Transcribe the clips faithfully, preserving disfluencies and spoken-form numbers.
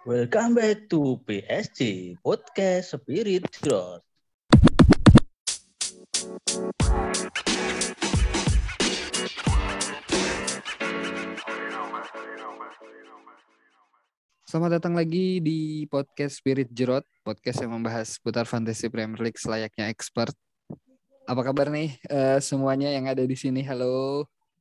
Welcome back to P S C Podcast Spirit Growth. Selamat datang lagi di podcast Spirit Jerot, podcast yang membahas seputar Fantasy Premier League selayaknya expert. Apa kabar nih uh, semuanya yang ada di sini? Halo.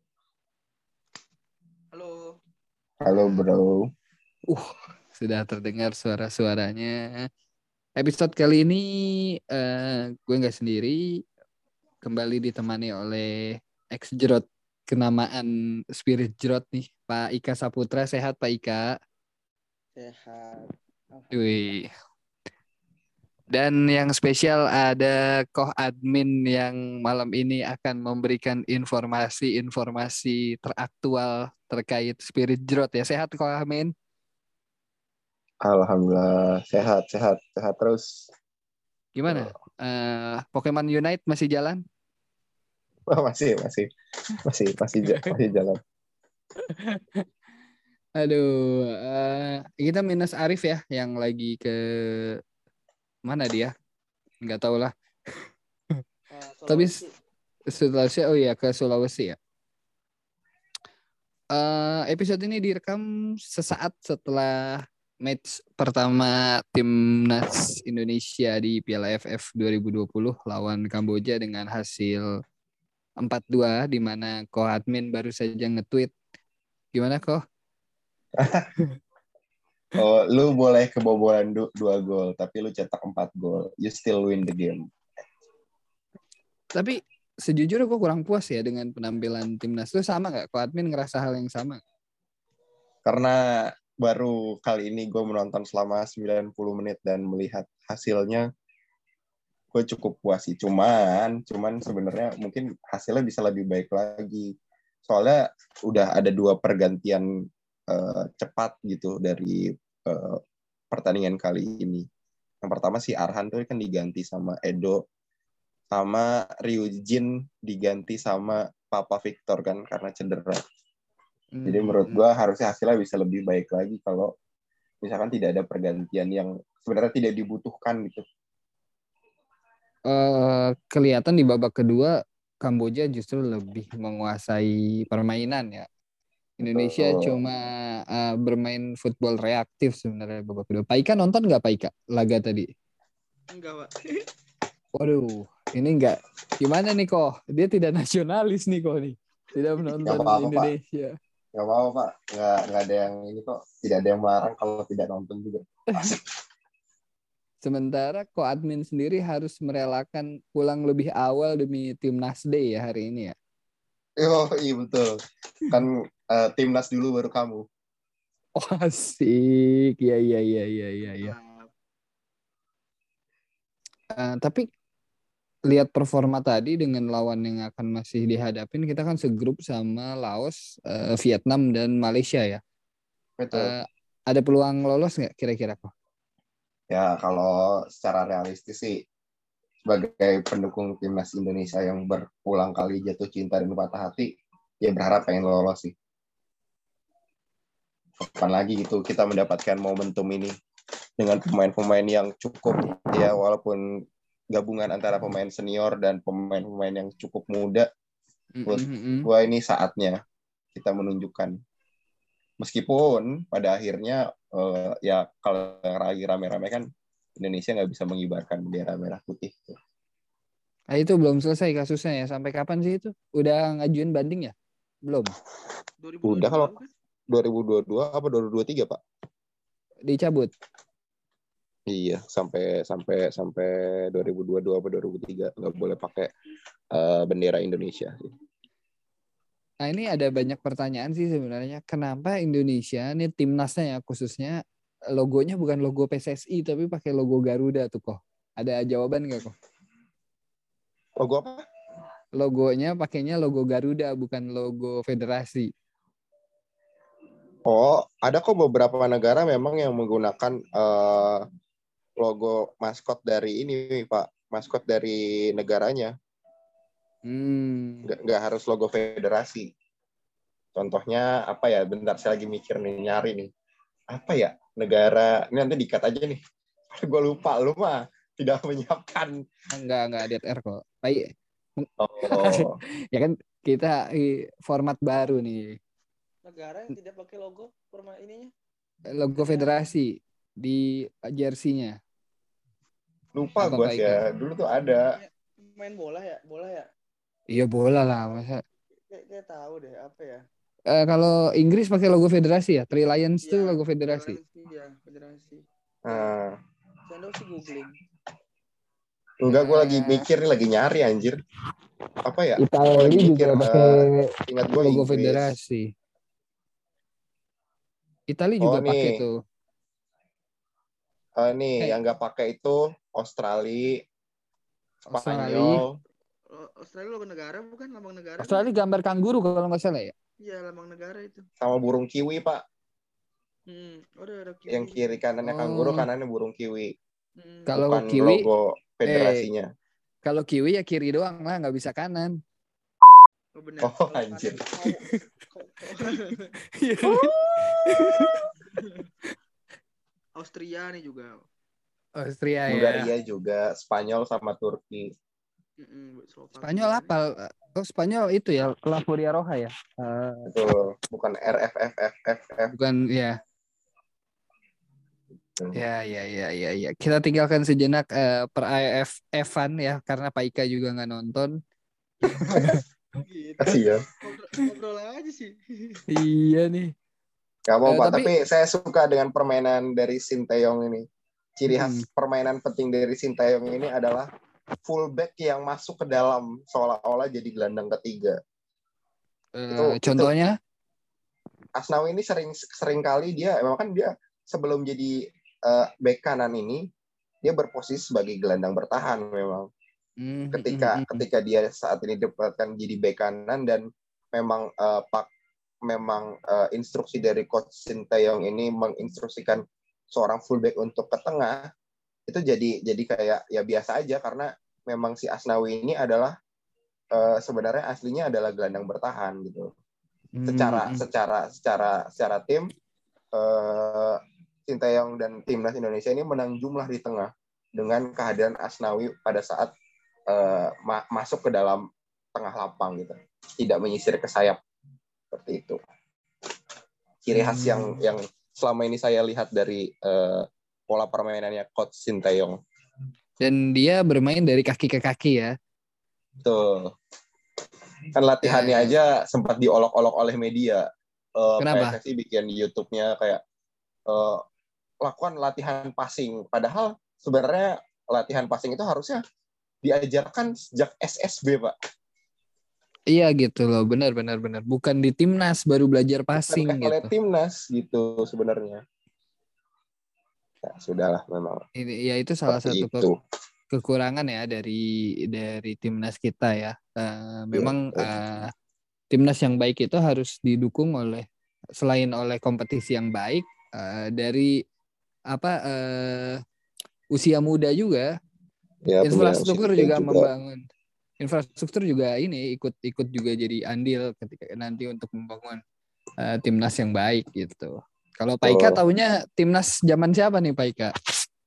Halo. Halo bro. Uh, sudah terdengar suara-suaranya. Episode kali ini uh, gue nggak sendiri, kembali ditemani oleh ex Jerot kenamaan Spirit Jerot nih, Pak Ika Saputra. Sehat Pak Ika? Sehat. Wih. Dan yang spesial ada Koh Admin yang malam ini akan memberikan informasi-informasi teraktual terkait Spirit Jerot ya. Sehat Koh Admin? Alhamdulillah sehat sehat sehat terus. Gimana? Uh, Pokemon Unite masih jalan? Oh, masih masih masih masih masih jalan. Aduh, uh, kita minus Arif ya yang lagi ke mana dia? Nggak tahu lah. Uh, Tapi Sulawesi, oh iya ke Sulawesi ya. Uh, episode ini direkam sesaat setelah match pertama timnas Indonesia di Piala A F F dua ribu dua puluh lawan Kamboja dengan hasil empat dua, di mana Koh Admin baru saja nge-tweet. Gimana Koh? Oh, lu boleh kebobolan du- dua gol, tapi lu cetak empat gol. You still win the game. Tapi sejujurnya gue kurang puas ya dengan penampilan timnas. Lu sama nggak? Koh Admin ngerasa hal yang sama? Karena baru kali ini gue menonton selama sembilan puluh menit dan melihat hasilnya, gue cukup puas sih. Cuman, cuman sebenarnya mungkin hasilnya bisa lebih baik lagi. Soalnya udah ada dua pergantian uh, cepat gitu dari uh, pertandingan kali ini. Yang pertama si Arhan tuh kan diganti sama Edo, sama Ryujin diganti sama Papa Victor kan karena cedera. Hmm. Jadi menurut gue harusnya hasilnya bisa lebih baik lagi kalau misalkan tidak ada pergantian yang sebenarnya tidak dibutuhkan gitu. Uh, kelihatan di babak kedua Kamboja justru lebih menguasai permainan ya. Indonesia oh. cuma uh, bermain football reaktif sebenarnya babak kedua. Pak Ika nonton nggak Pak Ika laga tadi? Enggak Pak. Waduh, ini enggak. Gimana nih kok? Dia tidak nasionalis nih kok nih. Tidak menonton gak apa-apa, Indonesia. Pak. Gak apa-apa Pak. Nggak, nggak ada yang ini kok. Tidak ada yang melarang kalau tidak nonton juga. Sementara Ko Admin sendiri harus merelakan pulang lebih awal demi Timnas Day ya hari ini ya. Oh iya betul. Kan uh, Timnas dulu baru kamu. Oh asik. Iya iya iya iya iya. Ya. Uh, tapi lihat performa tadi dengan lawan yang akan masih dihadapin, kita kan segrup sama Laos, uh, Vietnam dan Malaysia ya. Betul. Uh, ada peluang lolos nggak kira-kira kok? Ya kalau secara realistis sih sebagai pendukung timnas Indonesia yang berulang kali jatuh cinta dan patah hati, ya berharap pengen lolos sih. Kapan lagi gitu kita mendapatkan momentum ini dengan pemain-pemain yang cukup ya walaupun gabungan antara pemain senior dan pemain-pemain yang cukup muda. Buat mm-hmm. gua ini saatnya kita menunjukkan. Meskipun pada akhirnya uh, ya kalau lagi rame-rame kan Indonesia nggak bisa mengibarkan bendera merah putih. Nah, itu belum selesai kasusnya ya. Sampai kapan sih itu? Udah ngajuin banding ya? Belum? dua ribu dua puluh dua Udah kalau dua ribu dua puluh dua apa dua ribu dua puluh tiga Pak? Dicabut? Iya, sampai sampai sampai dua ribu dua puluh dua apa dua ribu tiga nggak boleh pakai uh, bendera Indonesia. Nah ini ada banyak pertanyaan sih sebenarnya. Kenapa Indonesia nih timnasnya ya khususnya logonya bukan logo P S S I tapi pakai logo Garuda tuh kok? Ada jawaban nggak kok? Logo apa? Logonya pakainya logo Garuda bukan logo federasi. Oh, ada kok beberapa negara memang yang menggunakan uh, logo maskot dari ini Pak, maskot dari negaranya. Hmm. Nggak, nggak harus logo federasi. Contohnya apa ya? Bentar saya lagi mikir nih, nyari nih. apa ya negara ini nanti dikat aja nih. Gue lupa lu mah tidak menyiapkan. Enggak, enggak D R kok. Baik. Oh. Ya kan kita i- format baru nih. Negara yang tidak pakai logo format ininya. Logo federasi di jersey-nya. Lupa Apa gue Pak sih Ika? ya. Dulu tuh ada. Main bola ya, bola ya. Iya bola lah masa. Kayak, kayak tahu deh apa ya. Eh, kalau Inggris pakai logo federasi ya. Three Lions tuh Iya, logo federasi. federasi ya, federasi. Nah, Sendok sih googling. enggak, gue lagi Eh, mikir nih, lagi nyari anjir. Apa ya? Gue Italia lagi mikir, juga pakai uh, ingat gue logo Inggris. federasi. Italia Oh juga pakai nih, tuh. uh, nih Eh, yang nggak pakai itu Australia, Australia. Spanyol. Oh, Australia logo negara bukan lambang negara kan Australia ya? gambar kanguru kalau nggak salah ya. Iya, lambang negara itu. Sama burung kiwi, Pak. Hmm, oh, ada ada kiwi. Yang kiri kanannya kanguru, Oh, kanannya burung kiwi. Hmm. kalau Bukan kiwi, logo eh, federasinya. kalau kiwi ya kiri doang lah, nggak bisa kanan. Oh benar. Oh, Kalau anjir. kanan kau- kau- Iya. Austria nih juga. Austria ya. Hungaria juga, Spanyol sama Turki. Mm-mm, Slovakia Spanyol nih. apa? Oh Spanyol itu ya, La Furia Roja ya. Eh, Betul, bukan R F F F F F. bukan ya. Hmm. Ya, ya, ya, ya, ya. Kita tinggalkan sejenak eh, per A F F-an ya, karena Pak Ika juga nggak nonton. Gitu. Kasian. Ngobrol, ngobrol aja sih. Iya nih. Gak mau, Eh, Pak. tapi Tapi saya suka dengan permainan dari Sinteyong ini. Ciri khas Hmm. permainan penting dari Sinteyong ini adalah fullback yang masuk ke dalam seolah-olah jadi gelandang ketiga. eh, Itu, itu contohnya, Asnawi ini sering sering kali dia memang kan dia sebelum jadi uh, bek kanan ini dia berposisi sebagai gelandang bertahan memang. Hmm, Ketika hmm, hmm, hmm. ketika dia saat ini dapatkan jadi bek kanan dan memang uh, pak memang uh, instruksi dari coach Sinteyong ini menginstruksikan seorang fullback untuk ke tengah, itu jadi jadi kayak ya biasa aja karena memang si Asnawi ini adalah uh, sebenarnya aslinya adalah gelandang bertahan gitu. Hmm, Secara hmm. secara secara secara tim uh, Sinteyong dan timnas Indonesia ini menang jumlah di tengah dengan kehadiran Asnawi pada saat uh, ma- masuk ke dalam tengah lapang gitu, tidak menyisir ke sayap seperti itu. Ciri khas yang yang selama ini saya lihat dari uh, pola permainannya coach Sinteyong. Dan dia bermain dari kaki ke kaki ya. Tuh. Kan latihannya Eh, aja sempat diolok-olok oleh media. Uh, Kenapa? P S S I bikin di YouTube-nya kayak uh, lakukan latihan passing. Padahal sebenarnya latihan passing itu harusnya diajarkan sejak S S B, Pak. Iya gitu loh, benar benar benar. Bukan di timnas baru belajar passing Bukan oleh gitu. timnas gitu sebenarnya. Ya, sudahlah memang. Ini ya itu salah Seperti satu ke- itu. kekurangan ya dari dari timnas kita ya. Eh, memang Ya, eh, timnas yang baik itu harus didukung oleh selain oleh kompetisi yang baik eh, dari apa eh, usia muda juga, ya pembinaan usia infrastruktur muda juga, juga. membangun infrastruktur juga ini ikut ikut juga jadi andil ketika nanti untuk membangun eh, timnas yang baik gitu. Kalau Pak Ika Tuh. taunya timnas zaman siapa nih Pak Ika?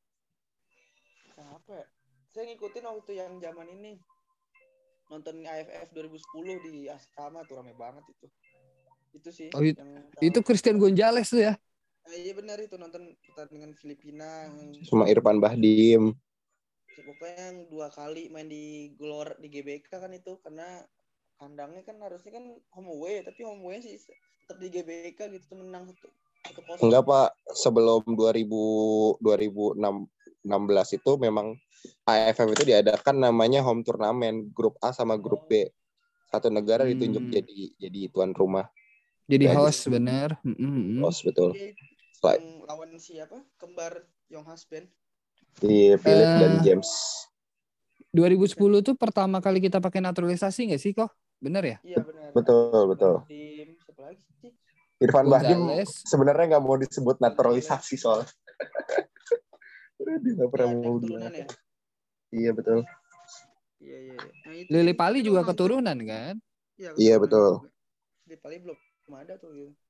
Apa ya? Saya ngikutin waktu yang zaman ini. Nonton A F F dua ribu sepuluh di Asrama tuh rame banget itu. Itu sih Oh, itu, yang itu tahu. Christian Gonzalez tuh ya. Ah, iya benar itu nonton pertandingan Filipina yang Sama Irfan Bahdim. pokoknya yang dua kali main di Glor di G B K kan itu karena kandangnya kan harusnya kan home away tapi home away sih tetap di G B K gitu menang satu satu kosong. Enggak, Pak, sebelum dua ribu dua ribu enam belas itu memang A F F itu diadakan namanya home turnamen, grup A sama grup B. Satu negara Hmm. ditunjuk jadi jadi tuan rumah. Jadi Itu aja host sih. bener. Mm-mm. Host betul. Iya, Slide. yang lawan siapa? Kembar Yong Husband. Di Philip Eh, dan James. dua ribu sepuluh tuh pertama kali kita pakai naturalisasi nggak sih kok? Bener ya? Iya benar. Betul, betul. Tim siapa lagi sih? Irfan Bahdim Gonzalez. sebenarnya nggak mau disebut naturalisasi soalnya. Dia nggak pernah Yang mau keturunan bilang. ya? Iya betul. Iya iya. Nah, itu Lili sih. Pali Tapi juga nonton- keturunan kan? Iya, Iya keturunan betul. juga. Di Pali belum ada tuh gitu.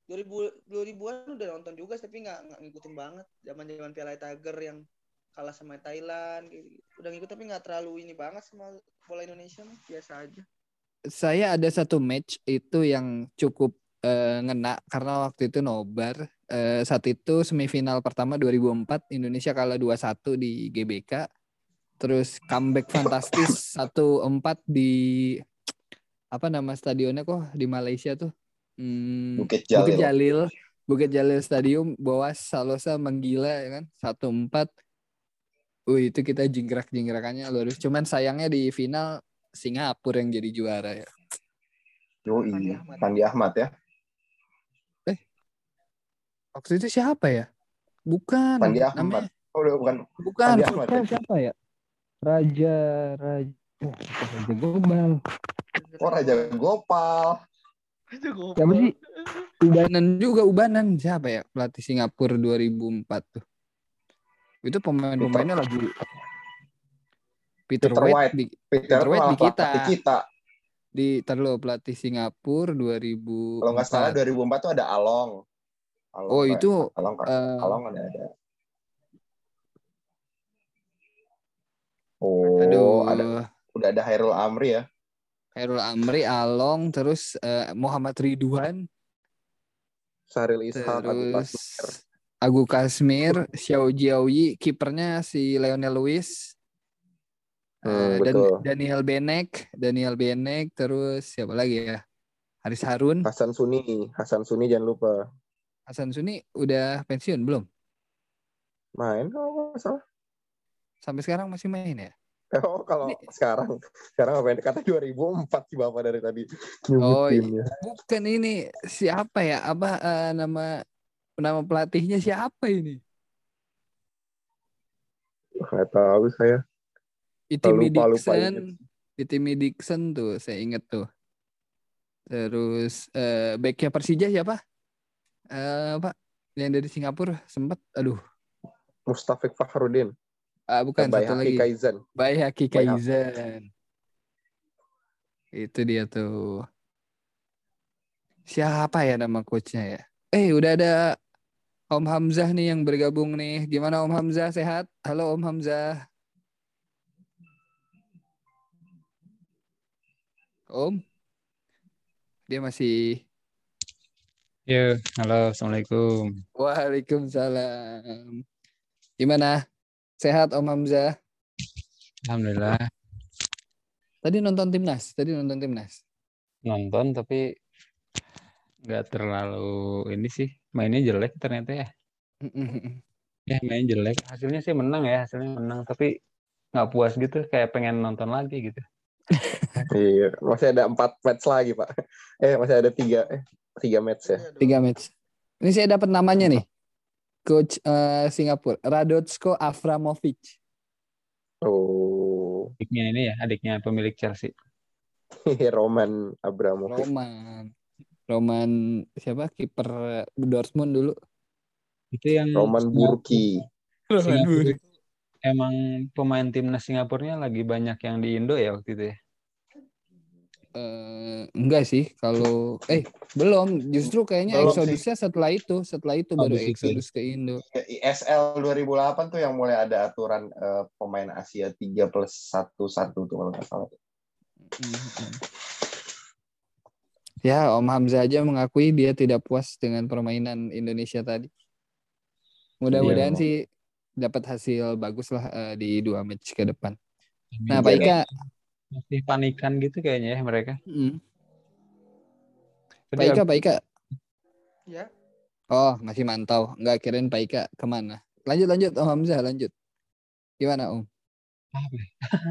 dua ribu dua ribuan udah nonton juga tapi nggak nggak ngikutin banget. Zaman-zaman Piala Tiger yang kalah sama Thailand gitu. Udah ngikut tapi nggak terlalu ini banget sama bola Indonesia, biasa aja. Saya ada satu match itu yang cukup eh, ngena karena waktu itu nobar. Eh, saat itu semifinal pertama dua ribu empat Indonesia kalah dua satu di G B K. Terus comeback fantastis satu empat di apa nama stadionnya kok di Malaysia tuh? Hmm, Bukit Bukit Jalil. Jalil. Bukit Jalil Stadium bawa Salosa menggila ya kan satu empat. Wih itu kita jingkrak-jingkrakannya luar biasa. Cuman sayangnya di final Singapura yang jadi juara ya. Yoi, Fandi Ahmad. Fandi Ahmad ya. Eh, waktu itu siapa ya? Bukan. Fandi Ahmad. Namanya Oh, udah bukan. bukan. Fandi Ahmad ya? Siapa ya? Raja Raja oh, Raja Gobal. Oh, Raja Gopal. Itu gopal. Siapa sih? Ubanan juga Ubanan. Siapa ya? Pelatih Singapura dua ribu empat tuh. Itu pemain-pemainnya lagi Peter, Peter White, White. di Peter, Peter White malah di kita. pelatih kita. Di terlalu pelatih Singapura dua ribu empat. Kalau nggak salah dua ribu empat tuh ada Along. Along Oh kan? itu Along kan? uh, Along ada ada. Oh, aduh, ada udah ada Hairul Amri ya. Hairul Amri, Along, terus uh, Muhammad Ridwan, Sahril Ishak, Agung terus Kasmir. Agu Kasmir, Xiao Jiaoyi, kipernya si Lionel Lewis, Hmm, uh, dan betul. Daniel Benek, Daniel Benek, terus siapa lagi ya? Haris Harun. Hasan Suni, Hasan Suni jangan lupa. Hasan Suni udah pensiun belum? Main kalau nggak salah. Sampai sekarang masih main ya? Oh, kalau Ini... sekarang, sekarang apa yang kata dua ribu empat sih Bapak dari tadi Oh, nyebutinnya. bukan ini siapa ya? Apa uh, nama nama pelatihnya siapa ini? Nggak tahu saya. Itimi Lupa, lupa Dixon. Itimi Dixon tuh, saya inget tuh. Terus uh, backnya Persija siapa? Uh, Pak, yang dari Singapura sempat, aduh. Mustafik Fakhrudin. Ah, bukan Bayi satu Haki lagi. Kaizen. Bayi Haki Bayi Kaizen. Itu dia tuh. Siapa ya nama coachnya ya? Eh, udah ada Om Hamzah nih yang bergabung nih. Gimana Om Hamzah, sehat? Halo Om Hamzah. Om? Dia masih... Ya, halo, assalamualaikum. Waalaikumsalam. Gimana? Sehat Om Hamzah? Alhamdulillah. Tadi nonton timnas, tadi nonton timnas. Nonton tapi nggak terlalu ini sih, mainnya jelek ternyata ya. Ya main jelek. Hasilnya sih menang ya, hasilnya menang tapi nggak puas gitu, kayak pengen nonton lagi gitu. Iya, masih ada empat match lagi Pak. Eh masih ada tiga, eh tiga match ya. Tiga match. Ini saya dapat namanya nih, coach uh, Singapura, Radotsko Avramovic. Oh, Adiknya ini ya, adiknya pemilik Chelsea. Roman Abramovich. Roman, Roman siapa? Kiper Dortmund dulu. Itu yang Roman Burki. Roman Burki. Emang pemain timnas Singapurnya lagi banyak yang di Indo ya waktu itu ya? Uh, enggak sih, kalau eh belum, justru kayaknya Belum eksodusnya sih. setelah itu, setelah itu Oh, baru di situ. eksodus ke Indo. I S L dua ribu delapan tuh yang mulai ada aturan uh, pemain Asia tiga plus satu satu tuh kalau nggak salah. Mm-hmm. Ya, Om Hamzah aja mengakui dia tidak puas dengan permainan Indonesia tadi. Mudah-mudahan Iya, sih dapat hasil bagus lah uh, di dua match ke depan. Nah, Iya, Pak Ika masih panikan gitu kayaknya ya mereka. mm, Pak Tadi Ika, ab- Pak Ika. Ya, Oh, masih mantau. Nggak kirain Pak Ika kemana. Lanjut, lanjut Om Hamzah, lanjut. Gimana Om? apa ya?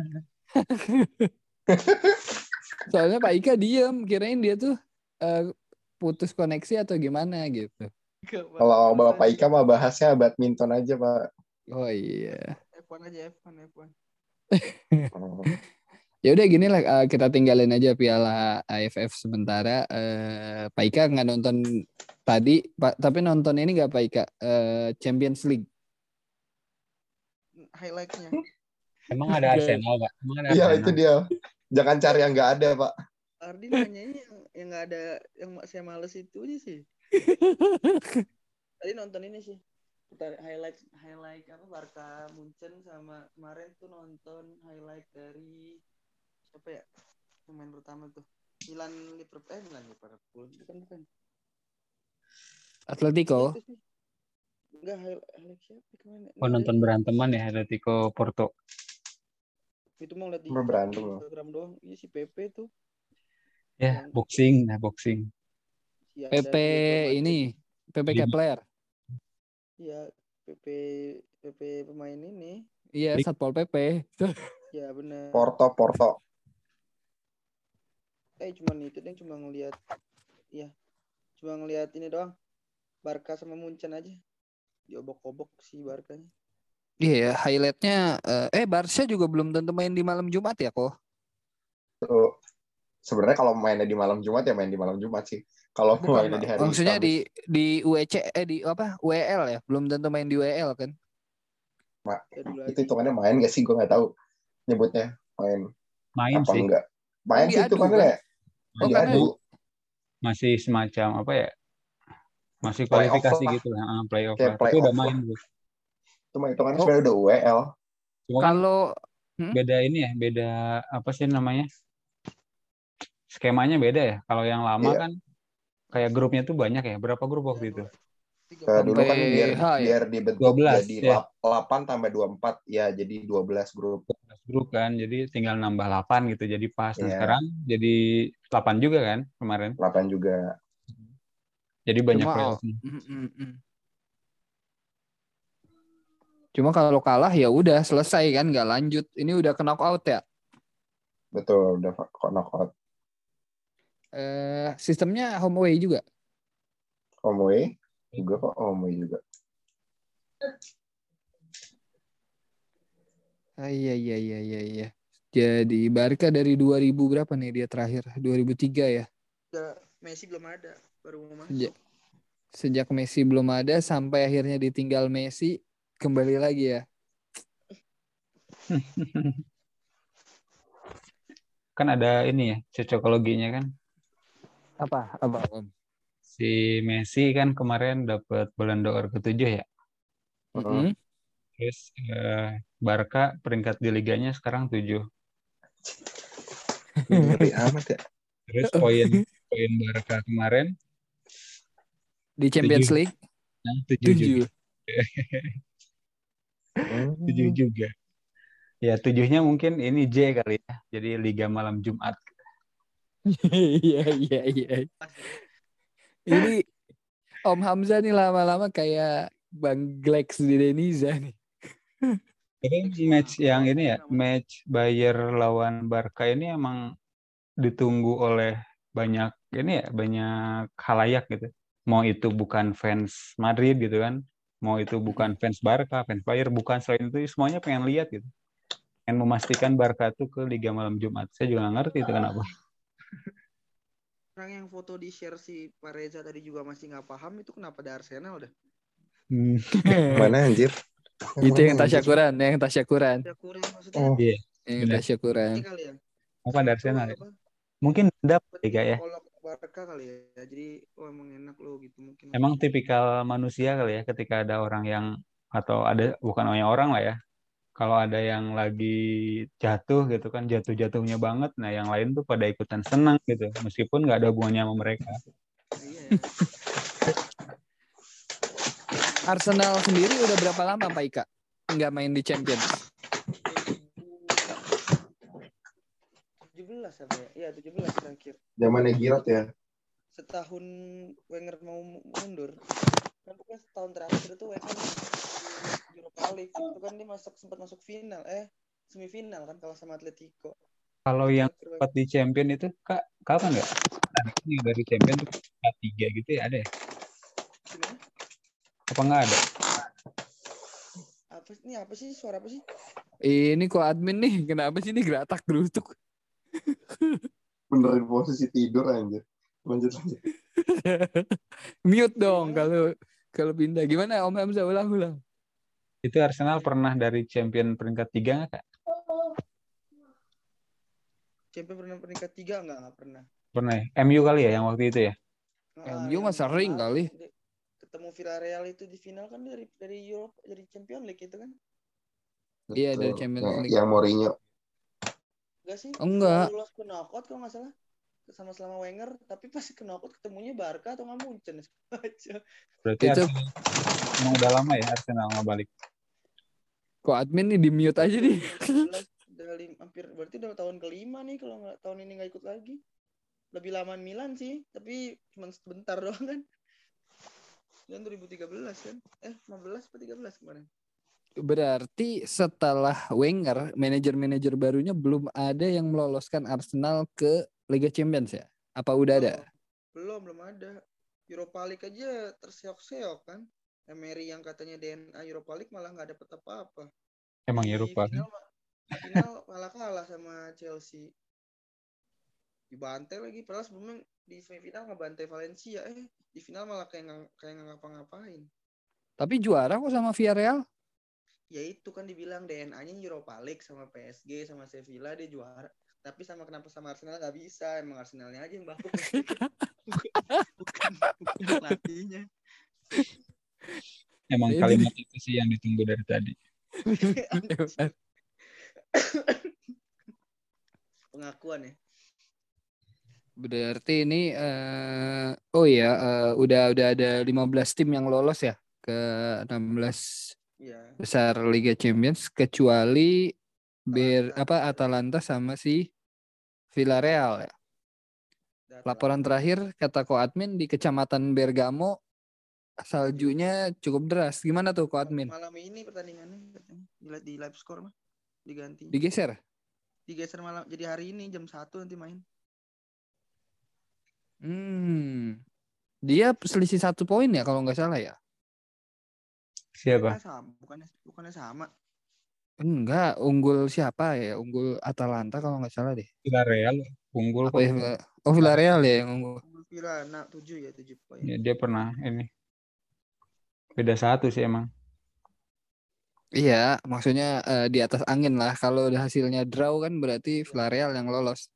Soalnya Pak Ika diem, kirain dia tuh uh, putus koneksi atau gimana gitu. Kalau Bapak Ika mah bahasnya badminton aja Pak. Oh iya. F satu aja, F satu, F satu. Oh. Ya udah gini lah, uh, kita tinggalin aja Piala A F F sementara. Uh, Pak Ika nggak nonton tadi, Pak, tapi nonton ini nggak Pak Ika? Uh, Champions League. Highlightnya. Emang ada Oke. Arsenal, Pak? Emang ada Iya Arsenal? itu dia. Jangan cari yang nggak ada Pak. Ardi nanyanya yang yang nggak ada, yang saya males itu aja sih. Tadi nonton ini sih. Highlight highlight apa Barca Munchen sama kemarin tuh nonton highlight dari siapa ya? Pemain pertama tuh. Milan Liverpool eh Milan Liverpool bukan bukan. Atletico. Itu sih. Enggak highlight siapa kemana? Oh, nonton beranteman ya Atletico Porto. Itu mau lihat di berantem Instagram doang. Iya si Pepe tuh. Ya, yang... boxing, nah boxing. Si P P ini, P P Kepler. Iya, P P P P pemain ini. Iya, Satpol P P. Iya, benar. Porto, Porto. Eh, cuman itu deh, cuma ngelihat iya. Cuma ngelihat ini doang. Barca sama Munchen aja. Diobok-obok si Barkanya. Iya, yeah, highlightnya eh Barca juga belum tentu main di malam Jumat ya kok. Tuh, sebenarnya kalau mainnya di malam Jumat ya main di malam Jumat sih. Kalau mainnya di hari maksudnya Kamis. di di U E C eh di apa U E L ya, belum tentu main di U E L kan. Ma, itu hitungannya main gak sih? Gue nggak tahu nyebutnya main. Main apa sih. enggak? Main sih itu kan ya. Oh, diadu. Masih semacam apa ya? Masih kualifikasi play gitu lah, playoff lah. Tapi udah main gitu. Cuma itu kan oh. sebenarnya udah U E L. Cuma kalau kan beda ini ya, beda apa sih namanya? Skemanya beda ya. Kalau yang lama yeah. kan kayak grupnya tuh banyak ya. Berapa grup waktu itu? Nah, dulu kan biar H, biar dibentuk dua belas, jadi ya. delapan tambah dua puluh empat ya jadi dua belas grup. dua belas grup kan. Jadi tinggal nambah delapan gitu jadi pas. Nah, yeah. sekarang jadi delapan juga kan kemarin. delapan juga. Jadi banyak playoff. Cuma kalau kalah ya udah selesai kan, nggak lanjut. Ini udah ke knockout ya? Betul, udah ke knockout. Eh, sistemnya home away juga? Home away juga kok, home away juga. Ah, iya iya iya iya iya. Jadi Barca dari dua ribu berapa nih dia terakhir? dua ribu tiga ya? Ya, Messi belum ada, baru mau masuk. Sejak, sejak Messi belum ada sampai akhirnya ditinggal Messi, kembali lagi ya. Kan ada ini ya, cocokologinya kan. Apa? Apa, Om? Si Messi kan kemarin dapat Ballon d'Or ketujuh ya. Mm-hmm. Terus eh, Barca peringkat di liganya sekarang tujuh. Ngeri amat ya. Terus poin poin Barca kemarin di Champions tujuh. League nah, tujuh juga. tujuh juga. Ya tujuhnya mungkin ini J kali ya. Jadi Liga Malam Jumat. Iya iya iya. Ini Om Hamzah nih lama-lama kayak Bang Glex di Deniza nih. Ini match yang ini ya, match Bayern lawan Barca ini emang ditunggu oleh banyak ini ya, banyak khalayak gitu. Mau itu bukan fans Madrid gitu kan, mau itu bukan fans Barca, fans Bayern, bukan, selain itu semuanya pengen lihat gitu. Pengen memastikan Barca tuh ke Liga Malam Jumat. Saya juga nggak ngerti itu kenapa. Orang yang foto di share si Pak Reza tadi juga masih nggak paham itu kenapa ada Arsenal udah. Hmm. Mana anjir? Itu yang tasyakuran, yang tasyakuran. Tasyakuran maksudnya. Oh iya. Yang tasyakuran. Ya? Apa ada Arsenal ya? Mungkin dapat tiga ya. Kalau Barca kali ya. Jadi oh emang enak loh gitu mungkin. Emang tipikal manusia kali ya ketika ada orang yang atau ada bukan hanya orang lah ya. Kalau ada yang lagi jatuh gitu kan, jatuh-jatuhnya banget, nah yang lain tuh pada ikutan senang gitu, meskipun nggak ada hubungannya sama mereka. Iya. Arsenal sendiri udah berapa lama Pak Ika nggak main di Champions? tujuh belas apa ya? Iya tujuh belas terakhir. Zamannya Giroud ya. Setahun Wenger mau mundur. Kan bukan setahun terakhir itu Wenger Europa League itu kan dia masuk sempat masuk final eh semifinal kan kalah sama Atletico. Kalau yang sempat di Champion itu kak kapan ya? Ini dari Champion tuh K tiga gitu ya ada ya? Gimana? Apa nggak ada? Apa ini apa sih suara apa sih? Ini kok admin nih kenapa sih ini geratak gerutuk? Benerin posisi tidur anjir. Lanjut lanjut. Mute dong kalau kalau pindah. Gimana Om Hamzah ulang-ulang? Itu Arsenal pernah dari champion peringkat tiga nggak kak? Champion pernah peringkat tiga nggak? Nggak pernah. Pernah ya? M U kali ya yang waktu itu ya? Ah, M U mah yang sering kemarin kali. di- ketemu Villarreal itu di final kan dari dari Europe dari Champions League itu kan. Iya, dari Betul. Champions Yang, League. yang Mourinho. Enggak sih, Oh, setelah enggak. lolos ke knockout kalau nggak salah sama selama Wenger, tapi pas ke knockout ketemunya Barca atau nggak Munchen aja. Berarti Itu Arsenal emang udah lama ya Arsenal nggak balik. kok admin nih di mute aja nih. dua ribu tujuh belas udah lim- hampir berarti udah tahun kelima nih kalau nggak tahun ini nggak ikut lagi. Lebih lama Milan sih, tapi cuma sebentar doang kan. Dan dua ribu tiga belas kan. Eh, lima belas atau tiga belas kemarin. Berarti setelah Wenger, manajer-manajer barunya belum ada yang meloloskan Arsenal ke Liga Champions ya? Apa udah ada? Belum, belum, belum ada. Europa League aja terseok-seok kan. Emery yang katanya D N A Europa League malah nggak dapet apa-apa. Emang Di Eropa final, di final malah kalah sama Chelsea. Dibantai lagi, padahal sebelumnya di semifinal ngebantai Valencia. Eh, di final malah kayak nggak kayak nggak ngapa-ngapain. Tapi juara kok sama Villarreal. Ya itu kan dibilang D N A-nya Europa League sama P S G sama Sevilla dia juara. Tapi sama kenapa sama Arsenal nggak bisa? Emang Arsenalnya aja yang bapuk. bukan, bukan, bukan pelatihnya. emang Ini kalimat itu sih yang ditunggu dari tadi. Pengakuan ya. Berarti ini eh oh ya eh, udah udah ada lima belas tim yang lolos ya ke enam belas Iya. besar Liga Champions kecuali Ber Atalanta. apa Atalanta sama si Villarreal ya. Atalanta. Laporan terakhir kata Ko Admin di Kecamatan Bergamo saljunya cukup deras. Gimana tuh Ko Admin? Malam ini pertandingannya katanya. Dilihat di live score mah diganti. Digeser? Digeser malam jadi hari ini jam satu nanti main. Hmm. Dia selisih satu poin ya kalau nggak salah ya? Siapa? Bukannya sama, bukannya bukannya sama. Enggak, unggul siapa ya? Unggul Atalanta kalau nggak salah deh. Villarreal unggul Apa kok. ya? Oh Villarreal ya yang unggul. Pirana tujuh ya tujuh poin. Ya, dia pernah ini. Beda satu sih emang. Iya, maksudnya eh, di atas angin lah. Kalau udah hasilnya draw kan berarti Villarreal yang lolos.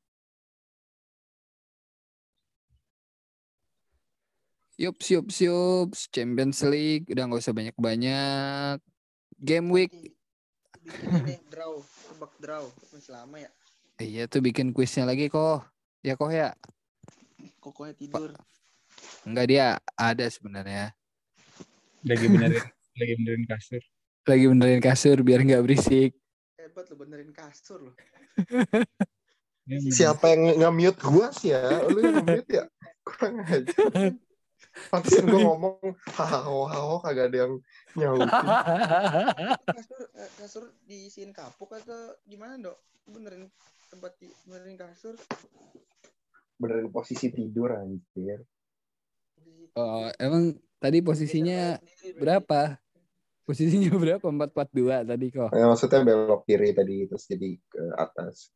Yups, yups, yups. Champions League udah nggak usah banyak-banyak. Game week. Nanti bikin ini draw, tebak draw masih lama ya. Iya tuh bikin kuisnya lagi kok. Ya kok ya. Kokonya tidur. Enggak, dia ada sebenarnya. Lagi benerin lagi benerin kasur. Lagi benerin kasur biar nggak berisik. Hebat lo benerin kasur lo. Dia Siapa yang nge-mute gua sih ya? Lu yang nge-mute ya? Kurang aja. Pantesan gua ngomong hahaha hahaha kagak ada yang nyautin. Kasur eh, kasur diisiin kapuk atau gimana, Dok? Benerin tempat di, benerin kasur. Benerin posisi tidur anjir. Oh, emang tadi posisinya berapa? Posisinya berapa? empat empat dua tadi kok. Ya, maksudnya belok kiri tadi terus jadi ke atas.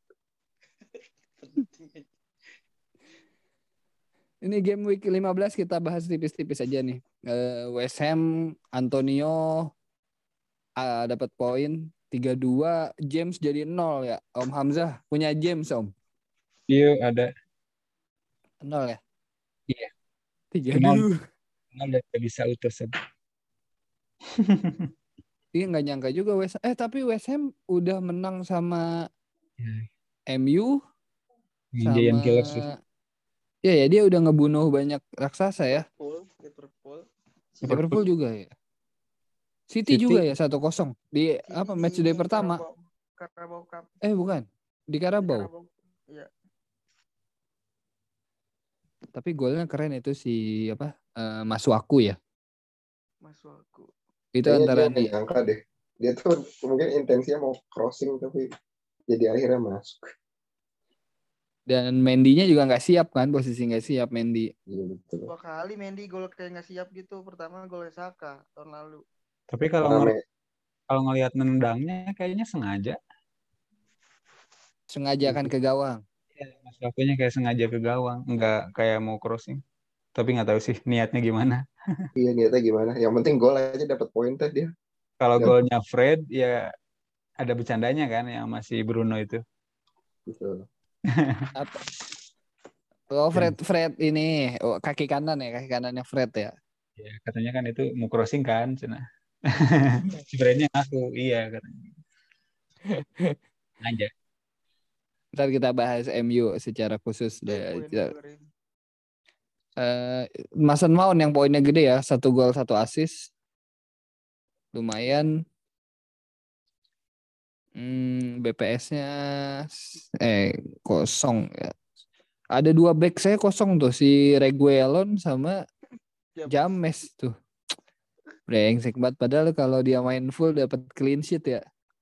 Ini game week lima belas kita bahas tipis-tipis aja nih. Uh, West Ham, Antonio uh, dapat poin tiga dua, James jadi nol ya. Om Hamzah punya James, Om. Iya ada. Nol ya? Iya. tiga dua. Nol udah bisa utusan. Iya nggak nyangka juga West eh tapi West Ham udah menang sama ya. M U sama Giant Killers sih. Ya ya dia udah ngebunuh banyak raksasa ya. Liverpool, Liverpool. Liverpool juga ya. City, City juga ya satu kosong di City apa match day pertama. Carabao Cup. Eh bukan. Di Carabao. Iya. Tapi golnya keren itu si apa? Uh, Masuaku ya. Masuaku. Kayaknya Itu antara dia nih. nyangka deh. Dia tuh mungkin intensinya mau crossing tapi jadi akhirnya masuk. Dan Mendy-nya juga nggak siap kan, posisi nggak siap Mendy. Iya betul. Dua kali Mendy gol kayak nggak siap gitu. Pertama gol Saka tahun lalu. Tapi kalau ngel- kalau ngelihat nendangnya kayaknya sengaja. Sengaja kan ke gawang. Iya, Mas Lakunya kayak sengaja ke gawang, nggak kayak mau crossing. Tapi nggak tahu sih niatnya gimana. Iya niatnya gimana? Yang penting gol aja dapat poin teh dia. Kalau golnya Fred ya ada bercandanya kan yang masih Bruno itu. Betul. Atau, Oh, Fred Fred ini oh, kaki kanan ya, kaki kanannya Fred ya. Ya, katanya kan itu mau crossing kan, cina. Sebenarnya aku, iya katanya. Aja. Ntar kita bahas M U secara khusus Eh, deh. poin keren. Uh, Mason Mount yang poinnya gede ya, satu gol satu assist, lumayan. Hmm, B P S-nya eh kosong ya. Ada dua back saya kosong tuh, si Reguilon sama Ya, James tuh. Brengsek banget, padahal kalau dia main full dapat clean sheet ya.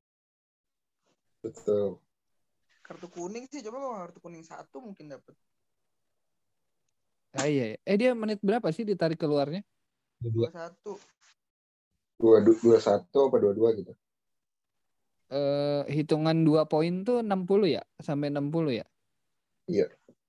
Betul. kartu kuning sih, coba kalau kartu kuning satu mungkin dapat. Ah, iya, iya. Eh dia menit berapa sih ditarik keluarnya? dua satu. Dua dua satu apa dua dua gitu. Eh hitungan dua poin tuh enam puluh ya, sampai enam puluh ya. Iya.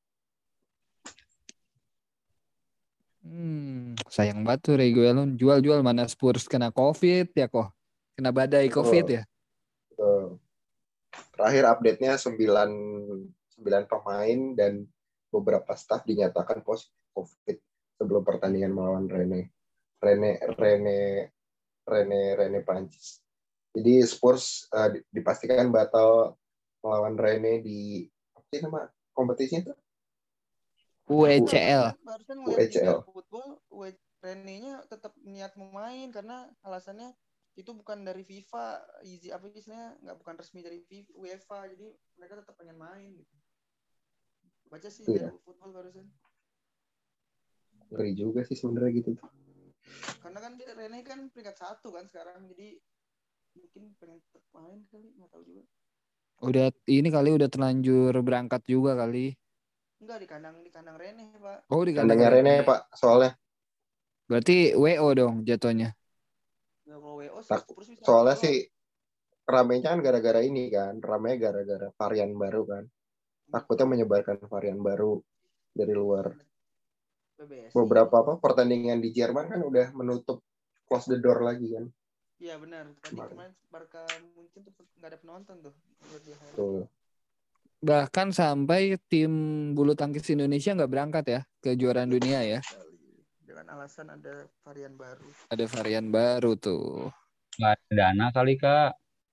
Hmm, sayang banget tuh Reguilon jual-jual, mana Spurs kena Covid ya kok. Kena badai Covid ya. Betul. Terakhir update-nya sembilan sembilan pemain dan beberapa staff dinyatakan positif Covid sebelum pertandingan melawan Rene Rene Rene Rene Rene Prancis. Jadi Spurs uh, dipastikan batal melawan Rene di apa sih nama kompetisinya itu? U E C L. Barusan U ngeliat E C di L. football, Rene-nya tetap niat mau main karena alasannya itu bukan dari FIFA, easy apa istilahnya, nggak bukan resmi dari FIFA, UEFA, jadi mereka tetap pengen main gitu. Baca sih Iya. dari football barusan. Ngeri juga sih sebenarnya gitu. Karena kan dia Rene kan peringkat satu kan sekarang, jadi mungkin pengen tetap main kali, nggak tahu juga. Udah ini kali udah terlanjur berangkat juga kali. Enggak, di kandang di kandang Rene, Pak. Oh, di kandang Kandangnya Rene, Rene. Pak, soalnya. Berarti W O dong jatuhnya. Nggak, kalau W O sih, Tak, Spurs bisa soalnya lolos. sih ramenya kan gara-gara ini kan, ramenya gara-gara varian baru kan. Takutnya menyebarkan varian baru dari luar. B B S. Beberapa apa pertandingan di Jerman kan udah menutup close the door lagi kan. Iya benar. Tadi kemarin Barca Munchen tuh nggak ada penonton tuh. Tuh. Bahkan sampai tim bulu tangkis Indonesia nggak berangkat ya ke kejuaraan dunia ya. Dengan alasan ada varian baru. Ada varian baru tuh. Nggak ada dana kali, Kak.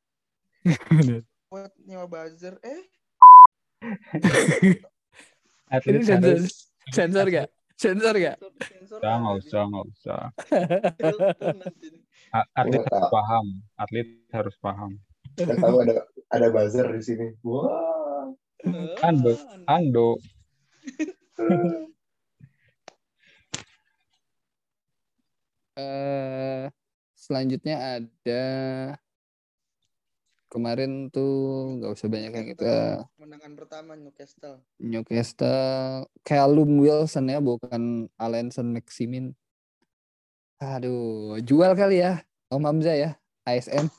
Buat nyewa buzzer, eh? Atlet Ini sensor, harus sensor gak? Sensor gak? Sensor nggak usah, nggak usah. Atlet harus paham, atlet harus paham. Kita tahu ada ada buzzer di sini. Wah. Ando, Ando. uh, selanjutnya ada kemarin tuh nggak usah banyak yang itu. Kemenangan pertama Newcastle. Newcastle, Callum Wilson ya, bukan Alanson Maximin. Aduh, jual kali ya, Om Hamzah ya, A S M.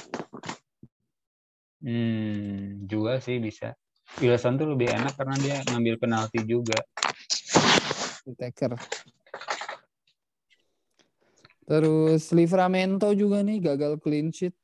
Hmm, jual sih bisa. Wilson tuh lebih enak karena dia ngambil penalti juga. Taker. Terus Livramento juga nih gagal clean sheet.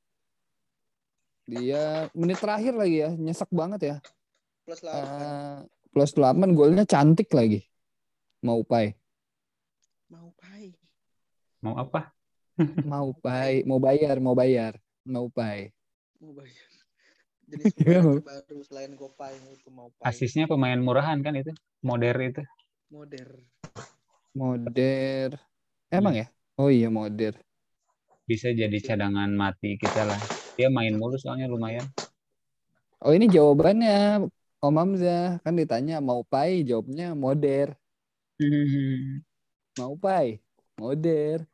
Dia menit terakhir lagi ya, nyesek banget ya. Plus delapan. Uh, plus delapan, golnya cantik lagi. Mau pai. Mau pai. Mau apa? Mau pai, mau bayar, mau bayar. Mau pai. Mau bayar. Jenis pembayaran terbaru selain GoPay itu mau pai. Asisnya pemain murahan kan itu, Moder itu. Moder. Moder. Emang hmm. ya? Oh iya, Moder. Bisa jadi cadangan mati kita lah. Dia main mulu soalnya lumayan. Oh ini jawabannya Om Hamzah. Kan ditanya mau pai, jawabnya Moder. Hmm. Mau pai, Moder.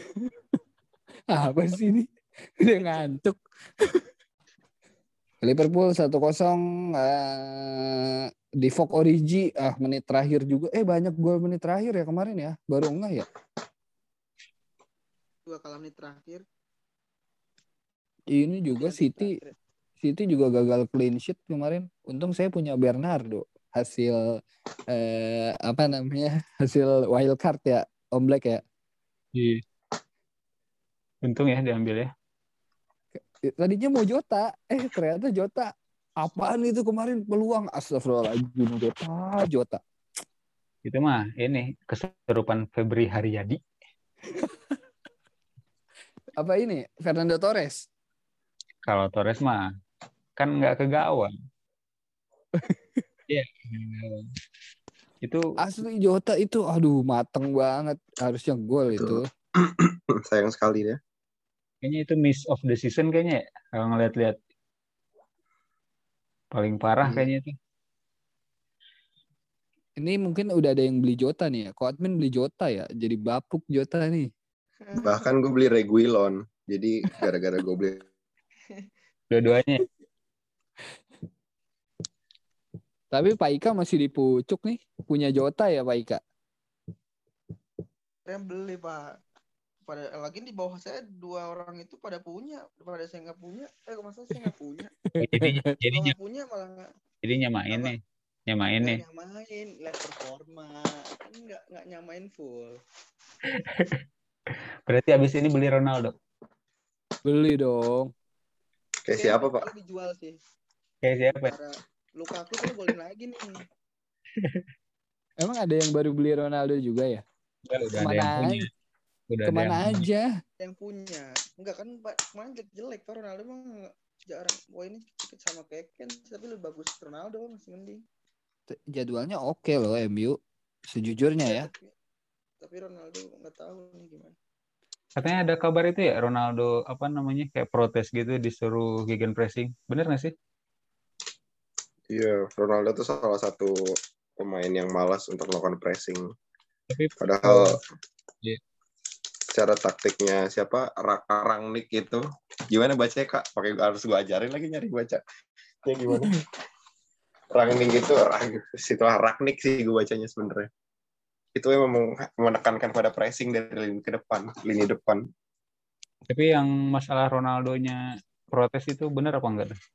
Apa sih ini? Udah ngantuk. Liverpool satu kosong uh, di Vogue Origi, ah menit terakhir juga. Eh banyak gol menit terakhir ya kemarin ya. Baru enggak ya? Dua kali menit terakhir. Ini juga City terakhir. City juga gagal clean sheet kemarin. Untung saya punya Bernardo. Hasil eh, apa namanya? Hasil wild card ya, Om Black ya. Iya. Untung ya diambil ya. Tadinya mau Jota, eh ternyata Jota. Apaan itu kemarin peluang? Astagfirullahaladzim, Jota, Jota. Itu mah ini keserupan Febri Haryadi. Apa ini? Fernando Torres. Kalau Torres mah kan nggak ke gawang. Iya. Itu Asli Jota itu aduh mateng banget. Harusnya gol itu. Betul. Sayang sekali ya. kayaknya itu miss of the season kayaknya ya. Kalau ngeliat-liat paling parah Iya. kayaknya itu. Ini mungkin udah ada yang beli Jota nih ya. Kok admin beli Jota ya? Jadi bapuk Jota nih. Bahkan gue beli Reguilon. Jadi gara-gara gue beli Dua-duanya. Tapi Pak Ika masih di pucuk nih. Punya Jota ya Pak Ika? Saya beli Pak. Pada lagi di bawah saya dua orang itu pada punya, pada saya nggak punya. Eh kalau masalah saya nggak punya. Jadinya Kalau jadinya nggak punya malah nggak jadi nyamain apa? nih. Nyamain Nggak nih. nyamain, lihat performa. Kan nggak nggak nyamain full. Berarti abis ini beli Ronaldo. Beli dong. kayak siapa Pak? Kalau dijual sih. Kayak siapa? Cara Lukaku saya golin lagi nih. Emang ada yang baru beli Ronaldo juga ya? Udah, udah ada Kemana yang punya. aja? Udah ada Kemana yang punya. aja? Yang punya. Enggak kan Pak, kemarin jelek Pak Ronaldo emang jarang. Wah ini sedikit sama kayak Ken, tapi lebih bagus Ronaldo masih mending. Jadwalnya oke loh M U. Sejujurnya ya. Tapi, tapi Ronaldo nggak tahu nih gimana. Katanya ada kabar itu ya Ronaldo apa namanya kayak protes gitu disuruh gegen pressing. Bener nggak sih? Iya, Ronaldo tuh salah satu pemain yang malas untuk melakukan pressing. Tapi Padahal Iya. secara taktiknya siapa Ra- Rangnick itu gimana bacanya Kak? Pakai harus gue ajarin lagi nyari baca. Ya gimana? Rangnick itu setelah Rangnick sih gue bacanya sebenarnya. Itu memang menekankan pada pressing dari lini ke depan, lini depan. Tapi yang masalah Ronaldonya protes itu bener apa enggak tuh?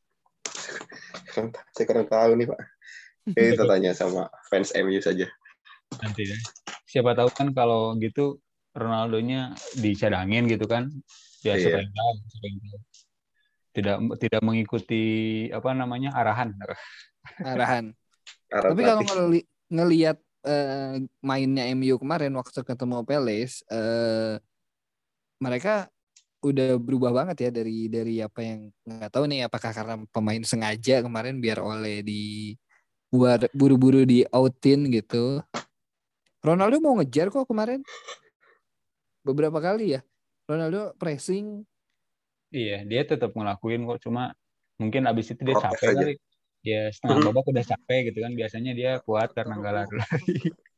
Saya kurang tahu nih Pak. Kita tanya sama fans M U saja. Nanti ya. Siapa tahu kan kalau gitu Ronaldonya dicadangin gitu kan. Ya Iya. siapa yang tahu, siapa yang tahu. Tidak tidak mengikuti apa namanya arahan. Arahan. Arah Tapi kalau pelatih. ngeli- ngelihat eh, mainnya M U kemarin waktu ketemu Palace, eh, mereka udah berubah banget ya dari dari apa yang nggak tahu nih apakah karena pemain sengaja kemarin biar oleh di buat buru-buru di outin gitu. Ronaldo mau ngejar kok kemarin beberapa kali ya. Ronaldo pressing. Iya, dia tetap ngelakuin kok cuma mungkin abis itu dia Protes capek aja. kali. Ya setengah babak udah capek gitu kan. Biasanya dia kuat karena nggak lari-lari.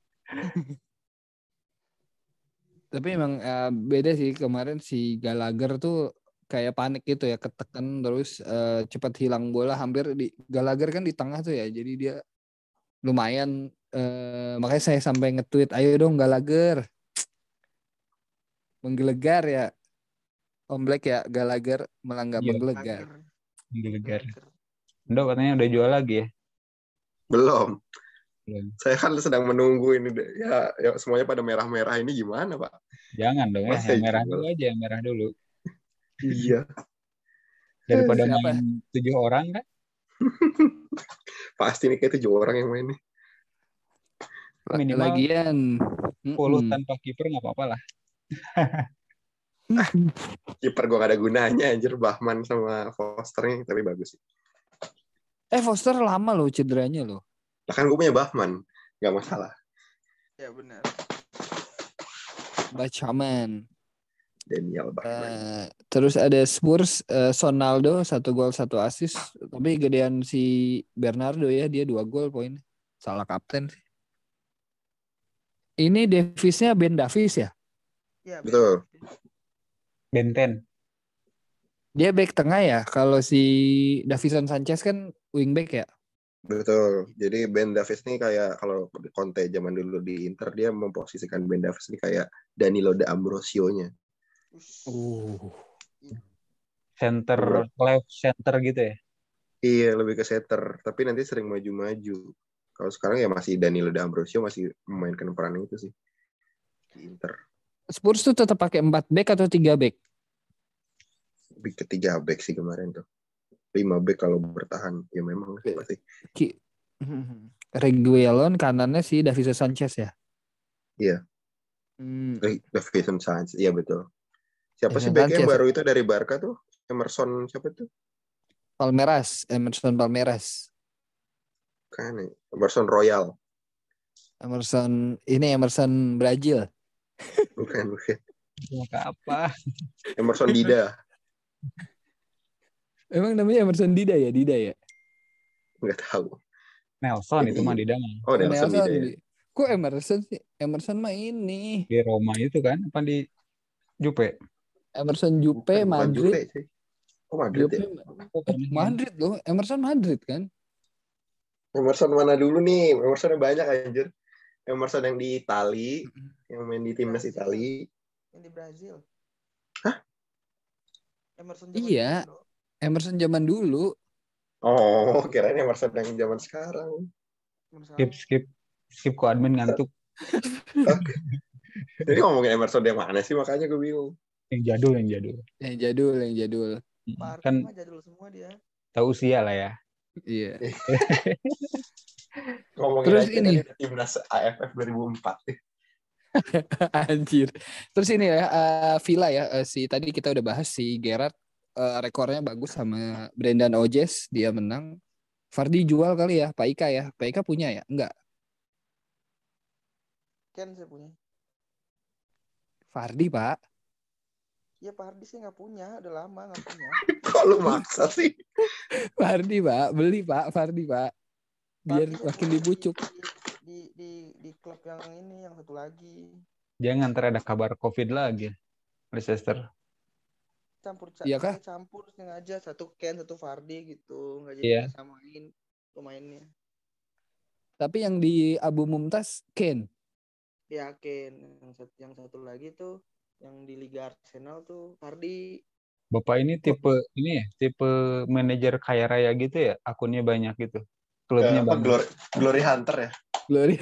Tapi emang eh, beda sih kemarin si Gallagher tuh kayak panik gitu ya, ketekan terus eh, cepat hilang bola hampir di Gallagher kan di tengah tuh ya. Jadi dia lumayan eh, makanya saya sampai nge-tweet, ayo dong Gallagher. Menggelegar ya. Om Black ya, Gallagher melanggar Iya, menggelegar. menggelegar. Udah katanya udah jual lagi ya. Belum. Belum. Saya kan sedang menunggu ini deh. Ya, ya semuanya pada merah-merah ini gimana Pak? Jangan dong ya, Masa yang merah jual? dulu aja, yang merah dulu. Iya. Daripada Siapa? main tujuh orang kan. Pasti nih kayak tujuh orang yang main nih. Minimal Lagian sepuluh mm-mm. tanpa kiper nggak apa-apa lah. Kiper gue gak ada gunanya anjir, Bahman sama Fosternya, tapi bagus sih. Eh Foster lama loh cederanya loh. Lah kan gue punya Bahman, gak masalah. Ya benar. Bacaman. Daniel Bahman. Uh, terus ada Spurs, uh, Sonaldo satu gol satu assist, tapi gedean si Bernardo ya, dia dua gol poin. Salah kapten sih. Ini Davisnya Ben Davis ya? Ya, Betul. Benten. Dia back tengah ya. Kalau si Davison Sanchez kan wingback ya. Betul. Jadi Ben Davis nih kayak kalau Conte zaman dulu di Inter, dia memposisikan Ben Davis ini kayak Danilo D'Ambrosio-nya. Uh. Center, left center gitu ya. Iya, lebih ke setter, tapi nanti sering maju-maju. Kalau sekarang ya masih Danilo D'Ambrosio masih memainkan peran itu sih di Inter. Spurs tuh tetap pakai empat back atau tiga back? Lebih ke tiga back sih kemarin tuh. lima back kalau bertahan ya memang pasti. Reguilon, kanannya si Davinson Sanchez ya. Iya. Hmm. Davinson Sanchez, iya betul. Siapa sih Davinson back yang Sanchez. baru itu dari Barca tuh? Emerson siapa tuh? Palmeiras, Emerson Palmeiras. Kan nih, Emerson Royal. Emerson ini Emerson Brazil. Bukan, bukan. Maka apa? Emerson Dida. Emang namanya Emerson Dida ya, Dida ya? Nggak tahu. Nelson Jadi, itu mah di dalam. oh, Nelson Dida ya. Kok Emerson sih? Emerson mah ini. Di Roma itu kan, apa di Jupe? Emerson Jupe Bukan, bukan Madrid. Jupe sih. Oh, Madrid Jupe, ya? Oh, eh, Madrid loh. Emerson Madrid kan? Emerson mana dulu nih? Emerson banyak anjir. Emerson yang di Itali, yang main di timnas Brazil. Itali. Yang di Brazil. Hah? Emerson zaman Iya. dulu. Emerson zaman dulu. Oh, kirain Emerson yang zaman sekarang. Skip, skip. Skip ke admin ngantuk. Oke. Jadi ngomongin Emerson dia mana sih? Makanya gue bingung. Yang jadul, yang jadul. Yang jadul, yang jadul. Pak Kan mah jadul semua dia. tahu usia lah ya. Iya. Ngomongin Terus aja ini. dari timnas A F F dua ribu empat. Anjir. Terus ini ya, uh, Villa ya. Uh, si tadi kita udah bahas si Gerrard. Uh, rekornya bagus sama Brendan Rodgers. Dia menang. Vardy jual kali ya. Pak Ika ya. Pak Ika punya ya? Enggak. Ken saya punya. Vardy, Pak. Iya, Pak Hardi sih nggak punya. Udah lama nggak punya. Kok lu maksa sih? Vardy, Pak. Beli, Pak. Vardy, Pak. Biar Vardy makin di, dibucuk. Di, di, di, di klub yang ini, yang satu lagi. Jangan ntar ada kabar COVID lagi. Leicester. Campur, Iya kah? campur sengaja. Satu Ken, satu Vardy gitu. Nggak jadi Iya. samain pemainnya. Tapi yang di Abu Mumtaz, Kane. Ya, Ken. Yang satu, yang satu lagi tuh, yang di Liga Arsenal tuh, Vardy. Bapak ini tipe ini ya, tipe manajer kaya raya gitu ya, akunnya banyak gitu. Klubnya Apa, banyak. Glory, Glory Hunter ya? Glory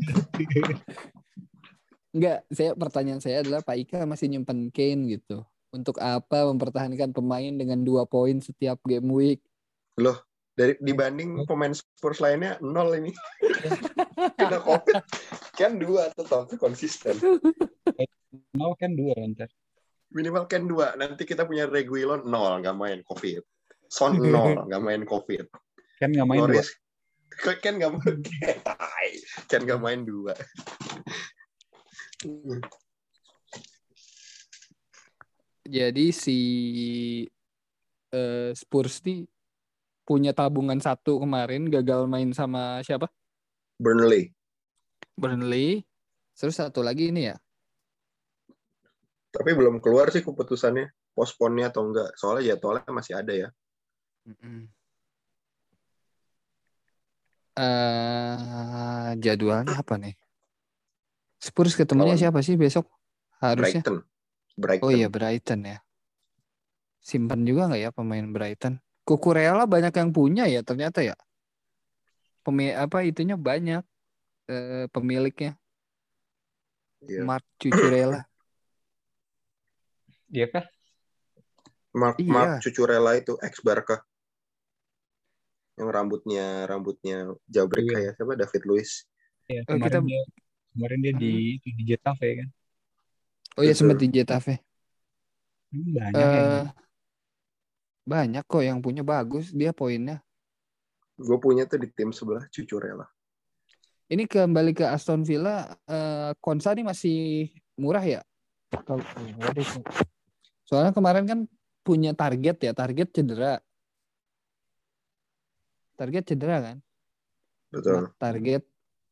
Enggak, saya pertanyaan saya adalah Pak Ika masih nyimpen Kane gitu. Untuk apa mempertahankan pemain dengan dua poin setiap game week? Loh, dari dibanding pemain Spurs lainnya nol ini. Kena COVID kan dua tetap konsisten. Nol kan dua ntar. Minimal kan dua. Nanti kita punya Reguilon nol nggak main COVID. Son nol nggak main COVID. Kan nggak main Loris dua. kan nggak main. Kan nggak main dua. Jadi si uh, Spurs nih punya tabungan satu kemarin gagal main sama siapa? Burnley. Burnley. Terus satu lagi ini ya. Tapi belum keluar sih keputusannya, postpone-nya atau enggak. Soalnya jadwalnya masih ada ya. Uh, jadwalnya apa nih? Spurs ketemunya Lawan siapa sih besok? Harusnya. Brighton. Brighton. Oh iya Brighton ya. Simpan juga nggak ya pemain Brighton? Cucurella banyak yang punya ya ternyata ya. Pemi apa itunya banyak eh, pemiliknya. Yeah. Mark Cucurella. Iya kah? Mark, Iya. Mark Cucurella itu ex Barca. Yang rambutnya rambutnya jabrek Iya. kayak siapa? David Luiz. Iya, Oh, kemarin kita... dia kemarin dia di hmm. di Getafe kan. Oh iya sempat di Getafe. Banyak uh, ya. Banyak kok yang punya bagus dia poinnya. Gue punya tuh di tim sebelah Cucurella. Ini kembali ke Aston Villa, uh, Konsa nih masih murah ya? Soalnya kemarin kan punya target ya, target cedera. Target cedera kan? Betul. Target.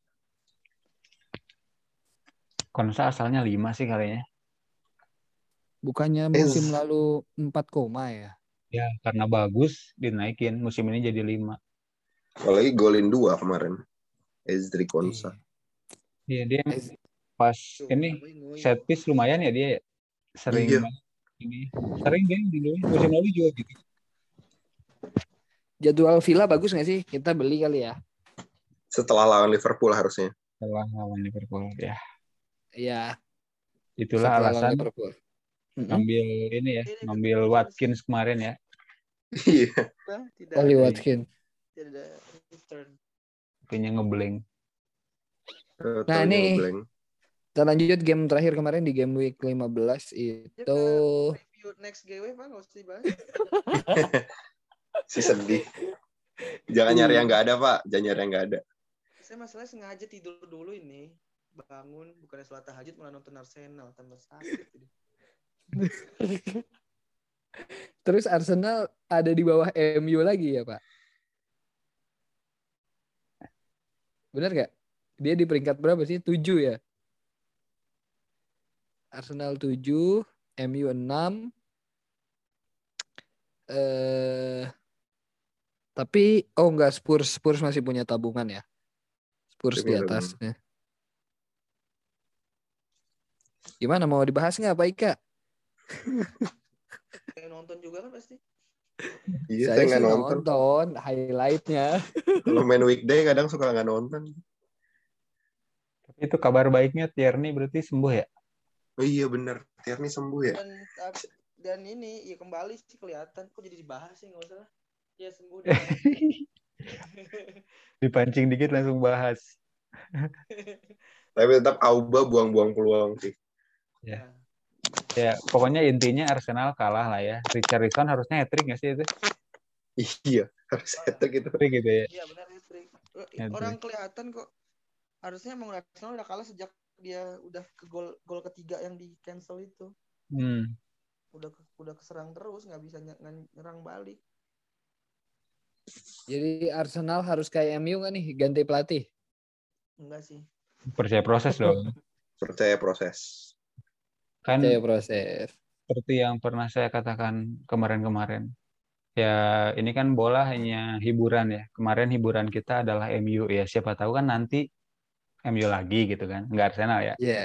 Konsa asalnya lima sih kayaknya. Bukannya musim es. lalu empat koma ya? Ya, karena bagus dinaikin. Musim ini jadi lima. Apalagi golin dua kemarin. Ezri Konsa. Iya, dia Ez. pas Tuh, ini set piece lumayan ya dia sering iya. ini sering dia dulu musim lalu juga gitu. Jadwal Villa bagus nggak sih? Kita beli kali ya. Setelah lawan Liverpool harusnya. Setelah lawan Liverpool ya. Iya. Itulah Setelah alasan Liverpool. ngambil ini ya, ngambil Watkins kemarin ya. Iya. Oli Watkins. Tidak ada return. H P-nya ngeblank. Uh, Nah, taunya nih. ngeblank. Kita lanjut game terakhir kemarin di game week lima belas Ya itu ke review next G W Pak nggak usah dibahas. Si sedih. Jangan nyari yang nggak ada, Pak. Jangan nyari yang nggak ada. Saya masalahnya sengaja tidur dulu ini. Bangun, bukannya sholat tahajud malah nonton Arsenal. Tambah sakit. Ini. terus Arsenal ada di bawah M U lagi ya, Pak? Benar nggak? Dia di peringkat berapa sih? tujuh ya? Arsenal tujuh, M U enam. Eh, tapi, oh enggak, Spurs. Spurs masih punya tabungan ya? Spurs di atasnya. Gimana, mau dibahas nggak Pak Ika? Yang nonton juga kan pasti. Iya, Saya, saya sih nggak nonton. nonton highlight-nya. Kalau main weekday kadang suka nggak nonton. Tapi itu kabar baiknya Tierney berarti sembuh ya? Oh iya benar, Tierney sembuh ya. Dan dan ini ya kembali sih kelihatan. Kok jadi dibahas sih, nggak usah. Ya sembuh deh. Dipancing dikit langsung bahas. Tapi tetap Auba buang-buang peluang sih. Ya. Ya, pokoknya intinya Arsenal kalah lah ya. Richarlison harusnya hat-trick nggak sih itu? Iya, harus hat-trick itu. Hat-trick gitu ya. Iya benar hat-trick. Orang kelihatan kok. Harusnya emang Arsenal udah kalah sejak dia udah ke gol gol ketiga yang di cancel itu. Hmm. Udah udah keserang terus, nggak bisa nyerang balik. Jadi Arsenal harus kayak M U nggak nih ganti pelatih? Enggak sih. Percaya proses dong. Percaya proses. Kan Percaya proses. seperti yang pernah saya katakan kemarin-kemarin. Ya ini kan bola hanya hiburan ya. Kemarin hiburan kita adalah M U ya. Siapa tahu kan nanti M U lagi gitu kan. Nggak Arsenal ya. Iya.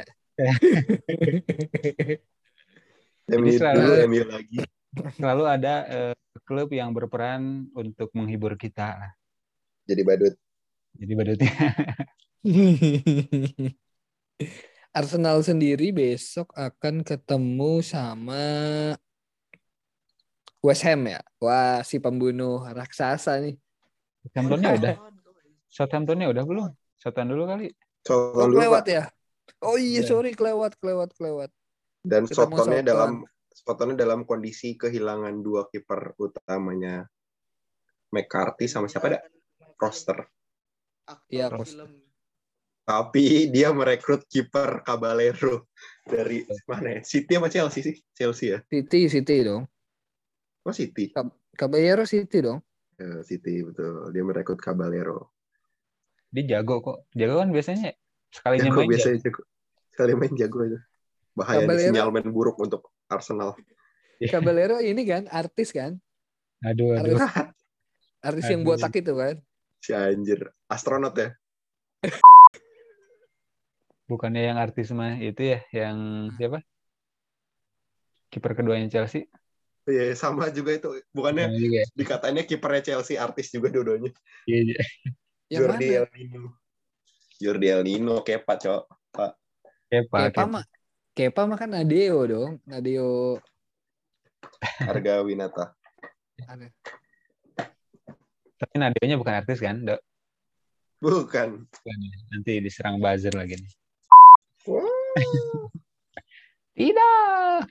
M U Jadi selalu dulu, M U lagi. Selalu ada uh, klub yang berperan untuk menghibur kita. Jadi badut. Jadi badutnya. Arsenal sendiri besok akan ketemu sama West Ham ya. Wah, si pembunuh raksasa nih. Southamptonnya udah. Southamptonnya udah belum? Southampton dulu kali. Oh, kelewat ya. Oh iya, sorry, kelewat, kelewat, kelewat. Dan Southamptonnya dalam Southamptonnya dalam kondisi kehilangan dua kiper utamanya. McCarthy sama siapa ada? Roster. Iya, tapi dia merekrut kiper Caballero dari mana ya? City sama Chelsea sih? Chelsea ya? City, City dong. Oh City. Caballero City dong. Ya, City betul. Dia merekrut Caballero. Dia jago kok. Jago kan biasanya sekalinya jago, main biasanya jago. jago. Sekali main jago aja. Bahaya nih, sinyal main buruk untuk Arsenal. Caballero ini kan artis kan? Aduh, aduh. Artis, artis aduh. Yang botak itu kan? Si anjir. Astronot ya? Bukannya yang artis mah itu ya, yang siapa? Kiper keduanya Chelsea. Iya, sama juga itu. Bukannya juga. Dikatanya kipernya Chelsea artis juga dua-duanya. Iya. Jordi El Nino. Jordi El Nino, Kepa, Cok. Pak. Kepa, Kepa mah Kepa mah kan Nadeo dong. Nadeo Harga Winata. Tapi Nadeonya bukan artis kan, Dok? Bukan. Nanti diserang buzzer lagi nih. Wow. Tidak.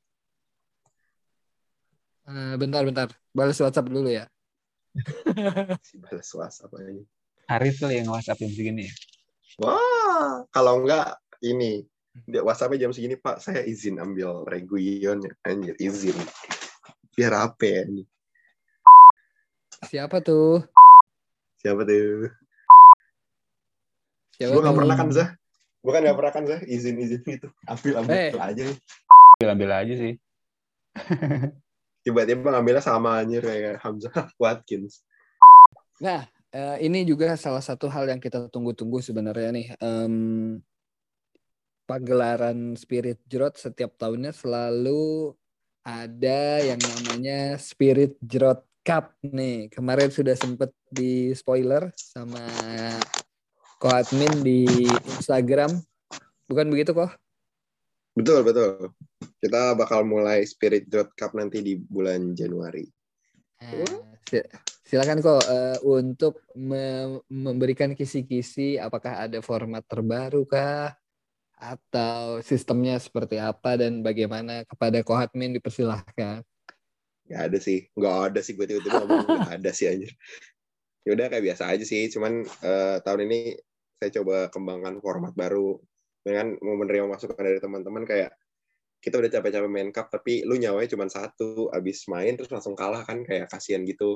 Uh, bentar, bentar. Balas WhatsApp dulu ya. Si balas WhatsApp aja. Arif tuh yang WhatsApp jam segini ya? Wah, kalau enggak ini dia WhatsApp-nya jam segini, Pak, saya izin ambil Reguilon ya. Anjir, izin. Biar apa ya ini? Siapa tuh? Siapa tuh? Siapa Gue nggak pernah kan, Zah? Gue kan nggak pernah kan, Zah? Izin-izin gitu. Ambil-ambil eh. aja. Ambil-ambil aja sih. Tiba-tiba ngambilnya sama anjir kayak Hamzah Watkins. Nah, uh, ini juga salah satu hal yang kita tunggu-tunggu sebenarnya nih. Um, pagelaran Spirit Jrot setiap tahunnya selalu ada yang namanya Spirit Jrot Cup nih. Kemarin sudah sempet di spoiler sama Ko admin di Instagram. Bukan begitu, Ko? Betul, betul. Kita bakal mulai Spirit Jrot Cup nanti di bulan Januari. Nah, si- Silakan kok uh, untuk me- memberikan kisi-kisi apakah ada format terbaru kah atau sistemnya seperti apa dan bagaimana kepada Kohatmin dipersilahkan. Gak ada sih, nggak ada sih gue tiba-tiba ngomong nggak ada sih aja. Ya udah kayak biasa aja sih, cuman uh, tahun ini saya coba kembangkan format baru dengan mau menerima masukan dari teman-teman kayak kita udah capek-capek main cup tapi lu nyawanya cuma satu, abis main terus langsung kalah kan kayak kasihan gitu.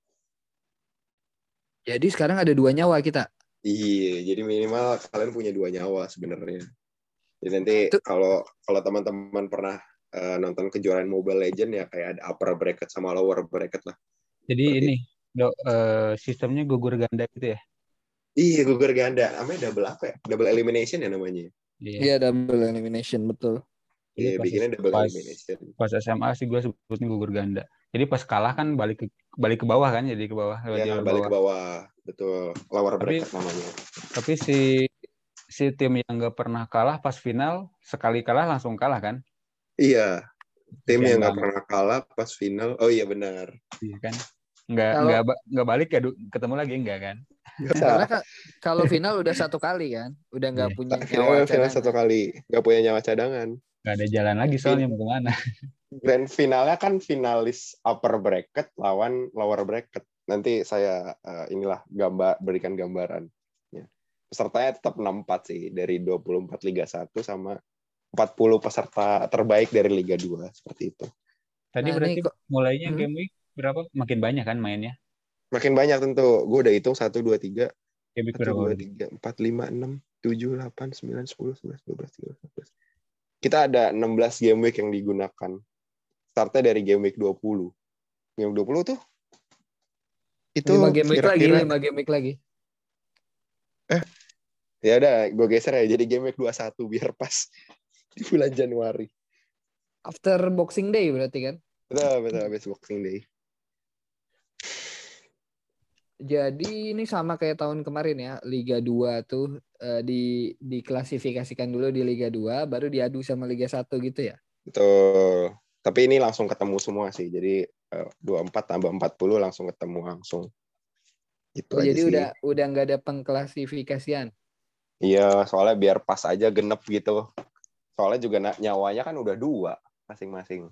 Jadi sekarang ada dua nyawa kita. Iya, jadi minimal kalian punya dua nyawa sebenarnya. Jadi nanti kalau kalau teman-teman pernah uh, nonton kejuaraan Mobile Legends ya kayak ada upper bracket sama lower bracket lah. Jadi Seperti ini do, uh, sistemnya gugur ganda gitu ya? Iya, gugur ganda. Namanya double apa ya? Double elimination ya namanya. Iya, yeah, double elimination, betul. Iya, yeah, bikinnya double pas, elimination. Pas S M A sih gue sebutnya gugur ganda. Jadi pas kalah kan balik ke balik ke bawah kan, jadi ke bawah. Iya, balik bawah. ke bawah. Betul. Lower tapi, bracket namanya. Tapi si si tim yang nggak pernah kalah pas final, sekali kalah langsung kalah kan? Iya. Tim yang nggak pernah kalah pas final. Oh iya benar. Iya kan? Nggak kalau, nggak nggak balik ya ketemu lagi enggak kan? Karena kalau final udah satu kali kan, udah nggak yeah. punya nyawa final, final satu kali, nggak punya nyawa cadangan. Nggak ada jalan lagi soalnya mau kemana. Grand finalnya kan finalis upper bracket lawan lower bracket. Nanti saya uh, inilah gambar berikan gambaran. Ya. Pesertanya tetap enam puluh empat sih dari dua puluh empat Liga satu sama empat puluh peserta terbaik dari Liga dua seperti itu. Tadi nah, berarti kok, mulainya hmm? game week berapa? Makin banyak kan mainnya? Makin banyak tentu. Gue udah hitung satu, dua, tiga. Game week satu, dua, tiga, empat, lima, enam, tujuh, delapan, sembilan, sepuluh, sebelas, dua belas, tiga belas, empat belas. Kita ada enam belas game week yang digunakan. Startnya dari game week dua puluh. Game week dua puluh tuh itu lima game week lagi, lima game week lagi. Eh, ya udah, gue geser ya. Jadi game week dua puluh satu biar pas di bulan Januari. After Boxing Day berarti kan? Betul, betul. Habis Boxing Day. Jadi ini sama kayak tahun kemarin ya, Liga dua tuh uh, di diklasifikasikan dulu di Liga dua, baru diadu sama Liga satu gitu ya? Betul. Tapi ini langsung ketemu semua sih. Jadi uh, dua puluh empat tambah empat puluh langsung ketemu langsung. Gitu oh, aja jadi sih. udah udah nggak ada pengklasifikasian? Iya, soalnya biar pas aja genep gitu. Soalnya juga nyawanya kan udah dua masing-masing.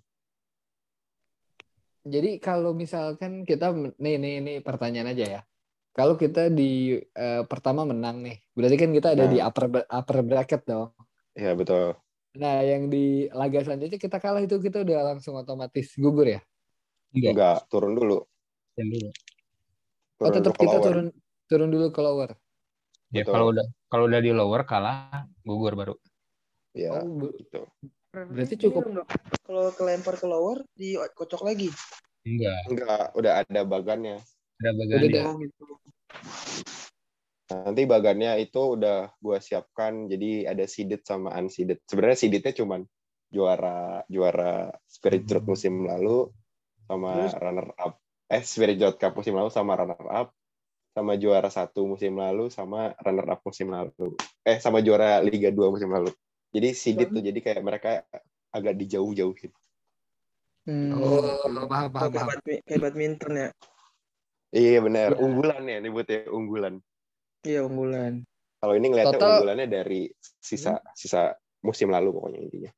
Jadi kalau misalkan kita nih nih nih pertanyaan aja ya. Kalau kita di uh, pertama menang nih, berarti kan kita ada nah. di upper upper bracket dong. Iya betul. Nah yang di laga selanjutnya kita kalah itu kita udah langsung otomatis gugur ya? Enggak, Enggak turun dulu. Turun dulu. Turun oh tetap kita lower. turun turun dulu ke lower. Ya betul. kalau udah kalau udah di lower kalah gugur baru. Iya. Oh, gitu. Berarti cukup. Kalau kelempar ke lower dikocok lagi. Enggak. Enggak, udah ada bagannya. Ada bagannya. Udah, gitu. Nanti bagannya itu udah gue siapkan, jadi ada seeded sama unseeded. Sebenarnya seedednya cuman juara juara Spirit Road musim lalu sama Terus? runner up. Eh Spirit Road Cup musim lalu sama runner up, sama juara satu musim lalu sama runner up musim lalu. Eh sama juara Liga dua musim lalu. Jadi seeded tuh jadi kayak mereka agak dijauh-jauhin. Hmm. Oh, paham, paham, paham. Kayak badminton ya. Iya benar, ya. Unggulan ya nyebutnya unggulan. Iya unggulan. Kalau ini ngeliatnya Total... unggulannya dari sisa hmm. sisa musim lalu pokoknya intinya.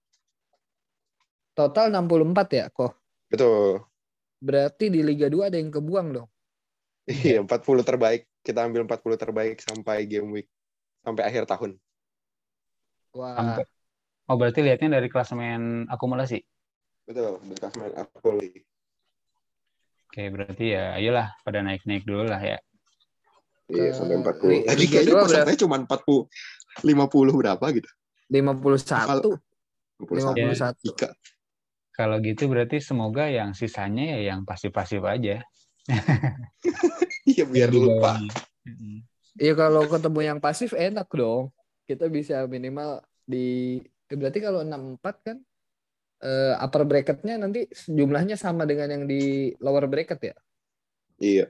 Total enam puluh empat ya kok. Betul. Berarti di Liga dua ada yang kebuang dong. Iya, empat puluh terbaik. Kita ambil empat puluh terbaik sampai game week sampai akhir tahun. Wah. Sampai. Oh berarti lihatnya dari klasemen akumulasi. Betul, dari klasemen akumulasi. Oke, berarti ya ayolah pada naik-naik dulu lah ya. Iya, sampai empat puluh. Tadi kayaknya pesertanya cuma empat puluh, lima puluh berapa gitu. lima puluh satu. lima puluh satu. Ya, kalau gitu berarti semoga yang sisanya ya yang pasif-pasif aja. Iya, biar lupa. Iya, kalau ketemu yang pasif enak dong. Kita bisa minimal di berarti kalau enam puluh empat kan Uh, upper bracketnya nanti jumlahnya sama dengan yang di lower bracket ya? Iya.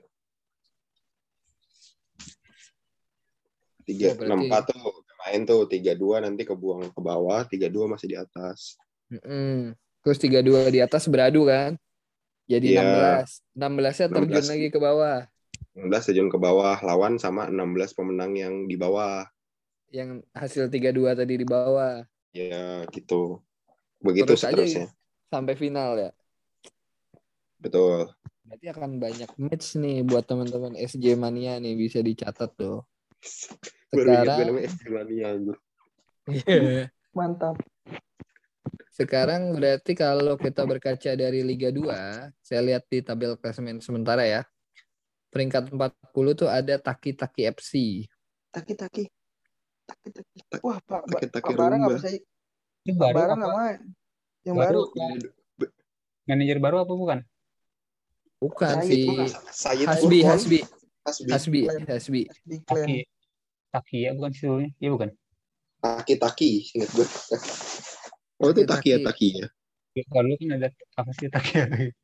Tiga, oh, enam empat tuh main tuh tiga dua nanti kebuang ke bawah, tiga dua masih di atas. Mm-mm. Terus tiga dua di atas beradu kan? Jadi Iya. enam belas. enam belasnya terjun enam belas. lagi ke bawah. enam belas terjun ke bawah lawan sama enam belas pemenang yang di bawah. Yang hasil tiga dua tadi di bawah. Ya gitu. Begitu Terus aja seterusnya. sampai final ya. Betul. Berarti akan banyak match nih buat teman-teman S J Mania nih, bisa dicatat tuh. Baru ingat gue Sekarang namanya S J Mania anjir. Iya. Mantap. Sekarang berarti kalau kita berkaca dari Liga dua, saya lihat di tabel klasemen sementara ya. Peringkat empat puluh tuh ada Taki Taki F C. Taki taki. Taki taki. Wah, Pak Ba- Taki-taki Pak Barang rumba. apa sih? Itu Pak baru Barang apa? nama yang Baru. baru. Manajer baru apa bukan? Bukan Said, si bukan. Sayid Hasbi, Urban. Hasbi, Hasbi. Hasbi, Hasbi. Di Clan. Taki. Taki ya bukan sih dulunya? Iya bukan. Taki-taki ingat gue. Oh itu Taki ya Taki ya. Kalau kan ada apa sih Taki?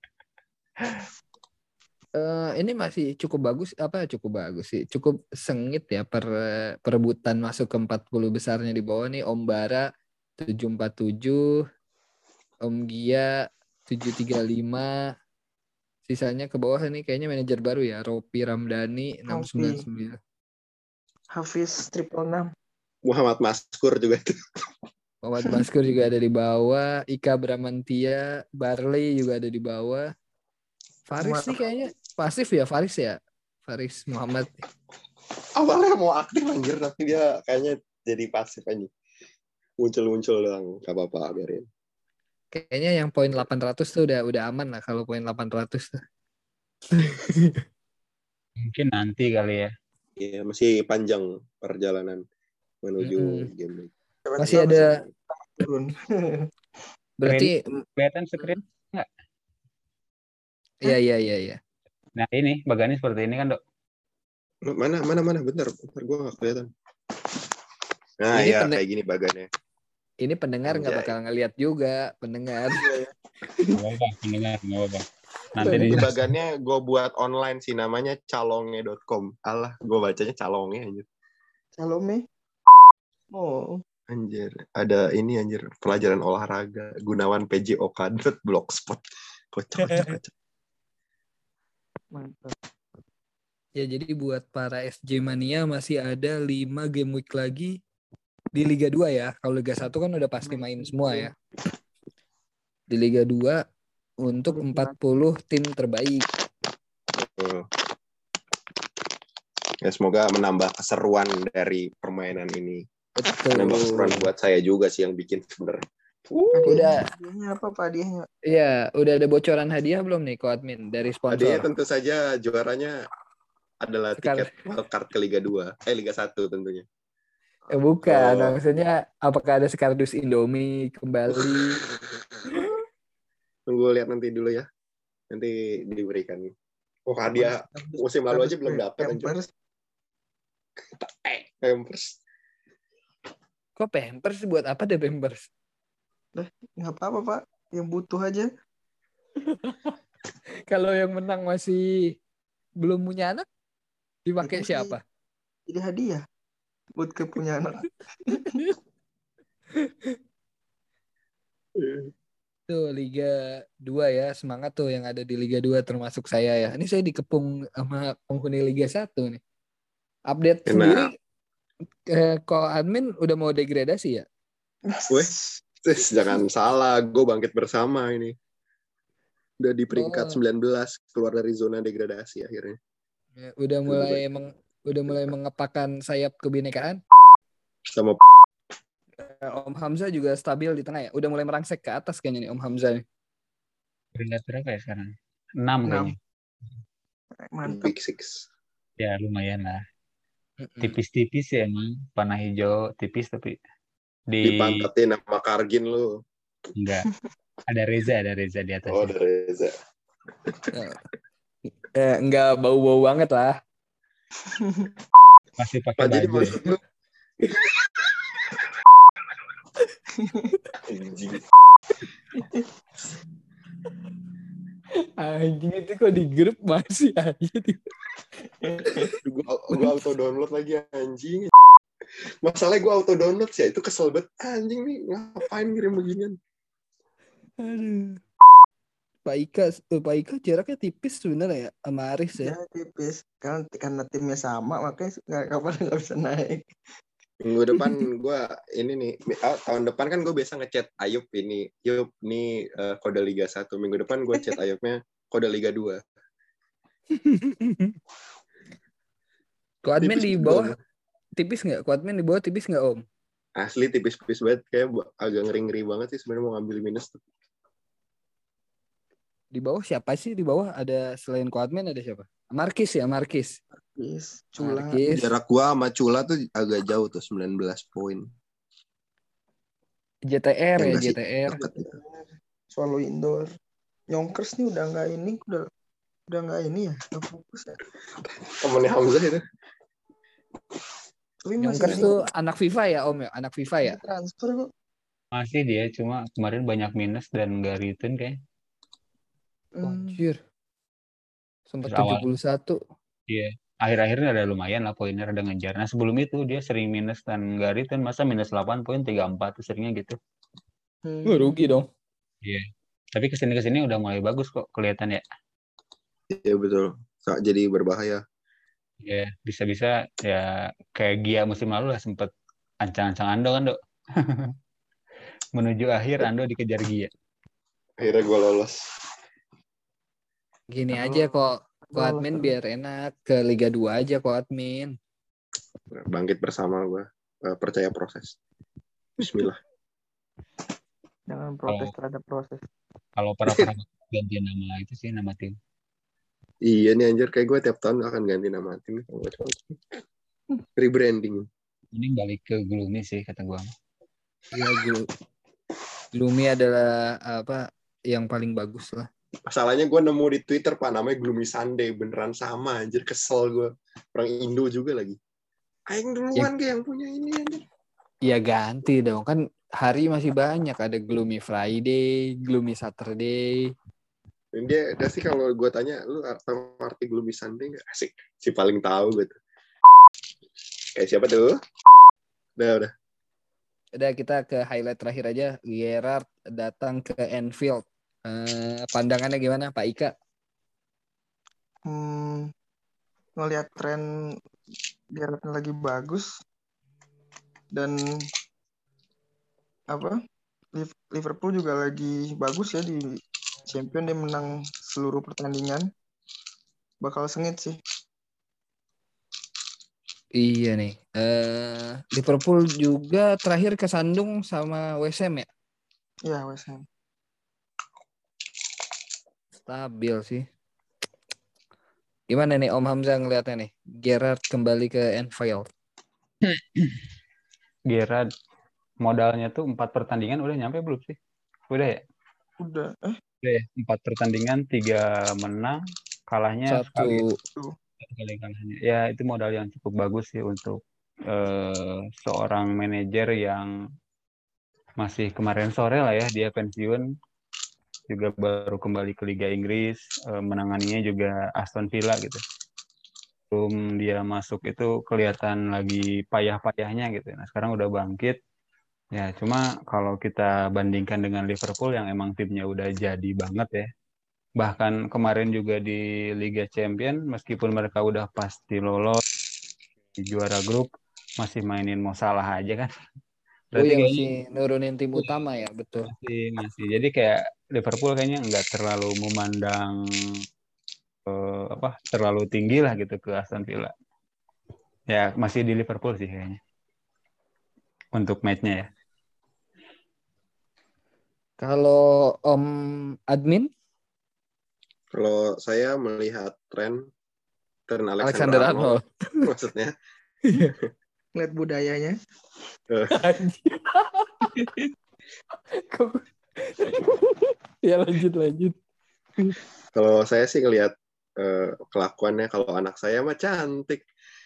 Uh, ini masih cukup bagus, apa cukup bagus sih, cukup sengit ya per perebutan masuk ke empat puluh besarnya di bawah nih. Om Bara tujuh empat tujuh, Om Gia tujuh tiga lima, sisanya ke bawah ini kayaknya manajer baru ya, Ropi Ramdhani enam sembilan sembilan, Hafiz triple enam. Muhammad Maskur juga itu. Muhammad Maskur juga ada di bawah, Ika Bramantia, Barley juga ada di bawah. Faris nih kayaknya pasif ya, Faris ya. Faris Muhammad. Awalnya mau aktif anjir, tapi dia kayaknya jadi pasif aja. Muncul-muncul doang, gak apa-apa, biarin. Kayaknya yang poin delapan ratus tuh udah udah aman lah kalau poin delapan ratus tuh. Mungkin nanti kali ya. Iya, masih panjang perjalanan menuju Mm-mm. game. Masih ada turun. berarti Kelihatan screen nggak? iya iya iya iya. Nah ini bagannya seperti ini kan dok. Mana mana mana bentar, bentar gue nggak kelihatan. Nah Ini ya pende- kayak gini bagannya. Ini pendengar nggak Anjay. bakal ngelihat juga pendengar. Nggak apa-apa, pendengar nggak apa-apa. Nanti Ini di bagannya gue buat online sih, namanya calonge dot com. Alah, gue bacanya calonge anjir. Salome. Oh. Anjir, ada ini anjir, pelajaran olahraga, Gunawan P J O K dot blogspot. Kocak, kocak, kocak. Mantap. Ya jadi buat para S J Mania masih ada lima game week lagi di Liga dua ya. Kalau Liga satu kan udah pasti main semua ya. Di Liga dua untuk empat puluh tim terbaik. Uh. Ya semoga menambah keseruan dari permainan ini. Betul. Menambah keseruan buat saya juga sih yang bikin sebenarnya. Udah. Hadiahnya apa Pak hadiahnya? Iya, udah ada bocoran hadiah belum nih Ko Admin dari sponsor? Hadiahnya tentu saja juaranya adalah Sekar- tiket wildcard ke Liga dua. Eh Liga satu tentunya. Eh, bukan, Oh. maksudnya apakah ada sekardus Indomie kembali? Tunggu lihat nanti dulu ya. Nanti diberikan. Oh hadiah musim lalu aja belum dapat anjir. Pampers. Eh, Pampers. Kok Pampers buat apa deh Pampers? Nggak apa-apa Pak. Yang butuh aja. Kalau yang menang masih belum punya anak, dipakai Itu siapa? Jadi hadiah buat ke punya anak. Tuh Liga dua ya, semangat tuh yang ada di Liga dua termasuk saya ya. Ini saya dikepung sama penghuni Liga satu nih. Update Enak. sendiri, eh, Ko Admin udah mau degradasi ya? Weh, sis, jangan salah, gue bangkit bersama ini. Udah di peringkat Oh. sembilan belas, keluar dari zona degradasi akhirnya. Ya, udah mulai meng, udah mulai mengepakkan sayap kebinekaan. Sama Eh, Om Hamzah juga stabil di tengah ya. Udah mulai merangsek ke atas kayaknya nih Om Hamzah nih. peringkat berapa ya sekarang? enam Enam. kayaknya. Mantap. Big Six. Ya lumayan lah. Mm-mm. Tipis-tipis ya emang. Panah hijau tipis tapi di Dipantatin sama Kargin lu. enggak. Ada Reza, ada Reza di atas. Oh, ada Reza. Eh, enggak bau-bau banget lah. Masih Pak, pakai jadi baju. maksud lu anjing. Anjing itu kok di grup masih aja. Gua, gua auto download lagi anjing. Masalahnya gua auto download sih, itu kesel banget anjing nih, ngapain ngirim beginian. Aduh. Pak Ika, eh, Pak Ika jaraknya tipis sebenarnya ya sama Aris ya. Ya tipis. Karena karena timnya sama makanya nggak kapan nggak bisa naik. Minggu depan gue ini nih, ah, tahun depan kan gue biasa ngechat Ayub ini, Ayub nih uh, kode Liga satu. Minggu depan gue chat Ayubnya kode Liga dua. Kuadmin Tipis di juga, bawah Om. tipis nggak? Kuadmin di bawah tipis nggak Om? Asli tipis-tipis banget, kayak agak ngeri-ngeri banget sih sebenarnya mau ngambil minus tuh. Di bawah siapa sih? Di bawah ada selain Kuadmin ada siapa? Markis ya, Markis. Yes, Cula. Markis. Jarak gua sama Cula tuh agak jauh tuh, sembilan belas poin. J T R ya, enggak J sih, T R. deket gitu. Selalu indoor. Yonkers nih udah nggak ini, udah udah nggak ini ya, nggak fokus ya. Temennya Hamzah itu. Tapi masih Yonkers ini tuh anak FIFA ya Om ya, anak FIFA ya. masih transfer kok. Masih dia, cuma kemarin banyak minus dan nggak return kayak. Hmm. Anjir. Sempat Terus awal. tujuh puluh satu. Iya. Akhir-akhirnya ada lumayan lah poinnya, ada ngejar. Nah sebelum itu dia sering minus dan nggak return, masa minus delapan poin tiga puluh empat tuh seringnya gitu. Hmm. Wah, rugi dong. Iya. Tapi kesini-kesini udah mulai bagus kok kelihatan ya. Iya betul. Jadi berbahaya. Ya bisa-bisa ya kayak Gia musim lalu lah sempet ancang-ancang Ando kan Dok. Menuju akhir Ando dikejar Gia. Akhirnya gue lolos. Gini Kalau- aja kok, kok kalau- admin biar enak ke Liga dua aja kok admin. Bangkit bersama gue. Percaya proses. Bismillah. Jangan protes Kalau- terhadap proses. Kalau para para ganti nama itu sih nama tim. Iya nih anjir, kayak gue tiap tahun akan ganti nama tim. Rebranding. Ini balik ke Gloomy sih kata gua. Iya, Glu- Gloomy adalah apa yang paling bagus lah. Masalahnya gue nemu di Twitter Pak, namanya Gloomy Sunday. Beneran sama anjir, kesel gue. Orang Indo juga lagi. Aing duluan kayak yang punya ini anjir. Ya ganti dong, kan hari masih banyak, ada Gloomy Friday, Gloomy Saturday. Dan dia udah sih kalau gue tanya, lu tahu arti Gloomy Sunday nggak? Asik, si paling tahu gitu. Kayak siapa tuh? Udah, udah. Udah, kita ke highlight terakhir aja. Gerrard datang ke Anfield. Eh, pandangannya gimana Pak Ika? Hmm, ngelihat tren Gerrard lagi bagus dan apa Liverpool juga lagi bagus ya di Champion, dia menang seluruh pertandingan, bakal sengit sih. Iya nih. Eh, Liverpool juga terakhir kesandung sama West Ham ya? Ya West Ham. Stabil sih. Gimana nih Om Hamzah ngeliatnya nih? Gerrard kembali ke Anfield. Gerrard modalnya tuh empat pertandingan udah nyampe belum sih? Udah ya? Udah eh Udah ya. Empat pertandingan, tiga menang, kalahnya sekali. Satu. Satu kali kalahnya. Ya itu modal yang cukup bagus sih untuk eh, seorang manajer yang masih kemarin sore lah ya dia pensiun, juga baru kembali ke Liga Inggris, eh, menanganinya juga Aston Villa gitu. Belum dia masuk itu kelihatan lagi payah-payahnya gitu. Nah sekarang udah bangkit. Ya cuma kalau kita bandingkan dengan Liverpool yang emang timnya udah jadi banget ya. Bahkan kemarin juga di Liga Champion meskipun mereka udah pasti lolos di juara grup, masih mainin Mo Salah aja kan. Oh Berarti iya, kayaknya masih nurunin tim utama ya, betul. masih masih. Jadi kayak Liverpool kayaknya nggak terlalu memandang eh, apa terlalu tinggi lah gitu ke Aston Villa. Ya masih di Liverpool sih kayaknya untuk match-nya ya. Kalau Om Admin, Kalau saya melihat tren tren Alexander Alexander, Arnold. Arnold, maksudnya ngeliat budayanya. Ya lanjut lanjut. kalau saya sih ngelihat uh, kelakuannya, kalau anak saya mah cantik.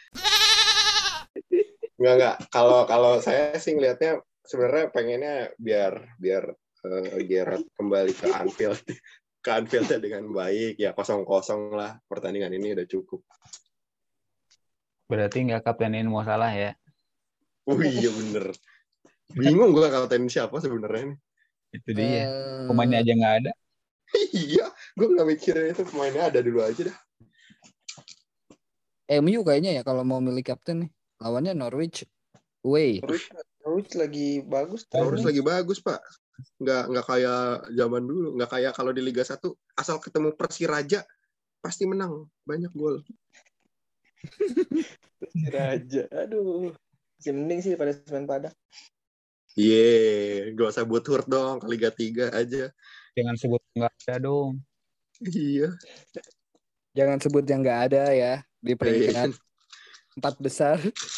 Enggak enggak. Kalau kalau saya sih ngelihatnya sebenarnya pengennya biar biar uh, Gerrard kembali ke Anfield. ke Anfieldnya dengan baik, ya kosong kosong lah, pertandingan ini udah cukup. Berarti nggak kaptenin Mo Salah ya? Oh iya bener, bingung gue kaptenin siapa sebenarnya nih. Itu dia. Uh, Pemainnya aja nggak ada. Iya, gue nggak mikirin itu, pemainnya ada dulu aja dah. M U kayaknya ya kalau mau milih kapten nih. Lawannya Norwich. Away. Norwich, Norwich lagi bagus. Terus trennya. lagi bagus Pak. Nggak nggak kayak zaman dulu, nggak kayak kalau di Liga satu asal ketemu Persiraja pasti menang, banyak gol. Raja, aduh. Masih mending sih pada Semen Padang. Iya, gak usah buat hurt dong ke Liga tiga aja. Jangan sebut nggak ada dong. Iya. Jangan sebut yang nggak ada ya di peringkat empat besar.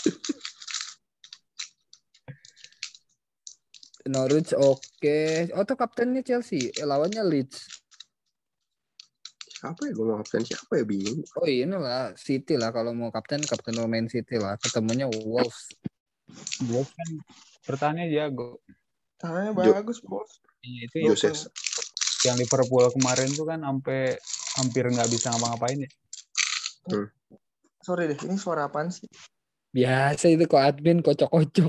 Norwich oke. Oh tuh kaptennya Chelsea. Eh, lawannya Leeds. Siapa ya, gue mau kapten siapa ya, bingung. Oh inilah City lah kalau mau kapten kapten main City lah. Ketemunya Wolves. Wolves kan pertahanannya jago. Tangannya Jo- bagus, Bos. Iya, itu yang, Joses. yang Liverpool kemarin tuh kan sampai hampir nggak bisa ngapa-ngapain ya. Sorry deh, ini suara apaan sih? Biasa itu kok admin kocok-kocok.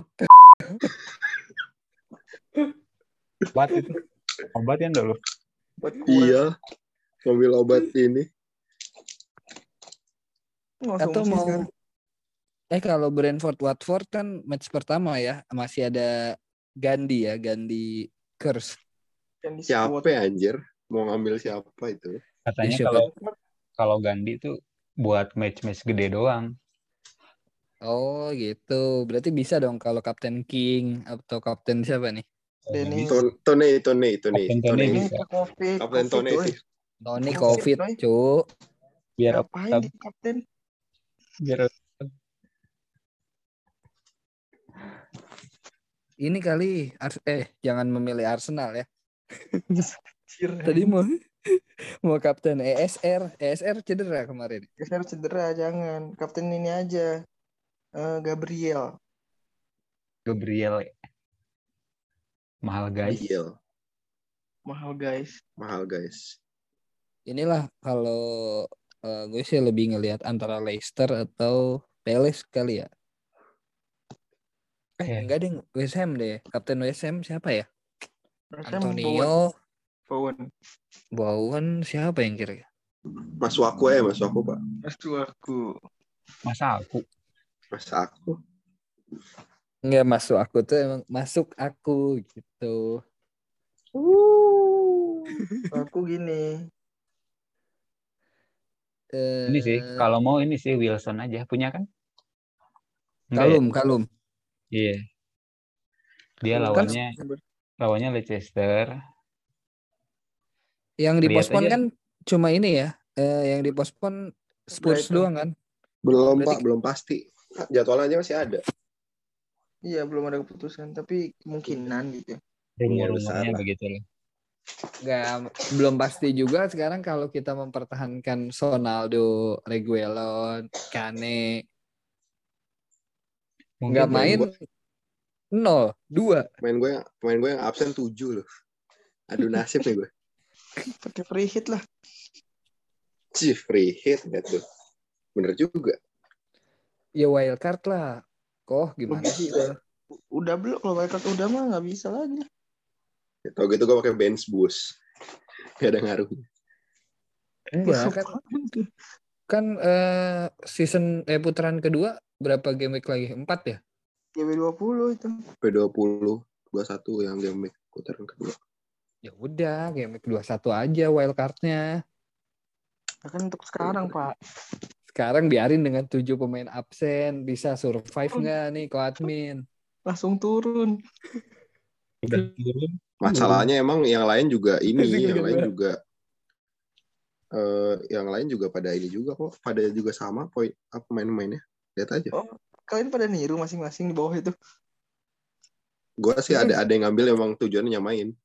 Obat itu. Obat ya enggak lu? Buat kurang. Iya. Mobil obat ini. Nggak Atau usah mau sekarang. eh kalau Brentford Watford kan match pertama ya, masih ada Gandhi ya, Gandhi Curse. Yang di Siapa squad. ya, anjir? Mau ngambil siapa itu? Katanya Ya, siapa? kalau kalau Gandhi tuh buat match-match gede doang. Oh gitu. Berarti bisa dong kalau Kapten King atau Kapten siapa nih? Denny. Ton- Tone, Tone, Tone. Kapten Tone Tone. Ini bisa. ke Covid. Kapten Tone Covid, sih. Tony Covid, Covid, coy. cu. Biar Ngapain di kapten? biar Ini kali Ars- eh jangan memilih Arsenal ya. Cira. Tadi mau mau Kapten E S R, E S R cedera kemarin. Geser cedera, jangan. Kapten ini aja. Eh, Gabriel. Gabriel mahal guys. Iya, Mahal, guys. mahal guys. Inilah kalau eh, gue sih lebih ngelihat antara Leicester atau Palace kali ya. Eh Iya. enggak deh, West Ham deh. Kapten West Ham siapa ya? West Ham, Bowen. Antonio, Bowen. Bowen siapa yang kira-kira? Mas Waku ya, Mas Waku, Pak. Mas aku. Masa aku Mas aku. Enggak masuk aku tuh emang masuk aku gitu. Uh. Aku gini. Eh, ini sih kalau mau ini sih Wilson aja punya kan? Enggak Kalum, Kalum. ya? Iya. Dia Kan lawannya lawannya Leicester. Yang Lihat dipospon aja. kan cuma ini ya. Eh, yang dipospon Spurs Brighton. doang kan. Belum, Berarti- Pak. Belum pasti. Jadwalnya aja masih ada. Iya, belum ada keputusan. Tapi kemungkinan gitu. Rumor-rumornya besar lah. begitu loh. Nggak, belum pasti juga sekarang kalau kita mempertahankan Sonaldo, Reguilon, Kane. Nggak Mungkin main nol, dua. Pemain gue yang pemain gue yang absen tujuh loh. Aduh nasib nih gue. Pakai free hit lah. Cih, free hit lihat tuh. Bener juga. Ya wild card lah. Kok gimana sih? Udah, udah belum. Kalau wildcard udah mah nggak bisa lagi. Tau gitu gue pakai bench boost. Gak ada ngaruhnya. Enggak kan kan eh, season eh putaran kedua berapa game week lagi? Empat ya? G W dua puluh itu. P dua puluh dua puluh satu yang game week putaran kedua. Ya udah, game week dua puluh satu aja wild card-nya. Kan untuk sekarang, Pak. Sekarang biarin dengan tujuh pemain absen, bisa survive nggak nih ko admin? Langsung turun. udah turun. Masalahnya emang yang lain juga ini, Masih yang kaget lain banget. juga eh yang lain juga pada ini juga kok, pada juga sama poin apa pemain-pemainnya. Lihat aja. Oh, kalian pada niru masing-masing di bawah itu. Gue sih ada ada yang ngambil emang tujuannya nyamain.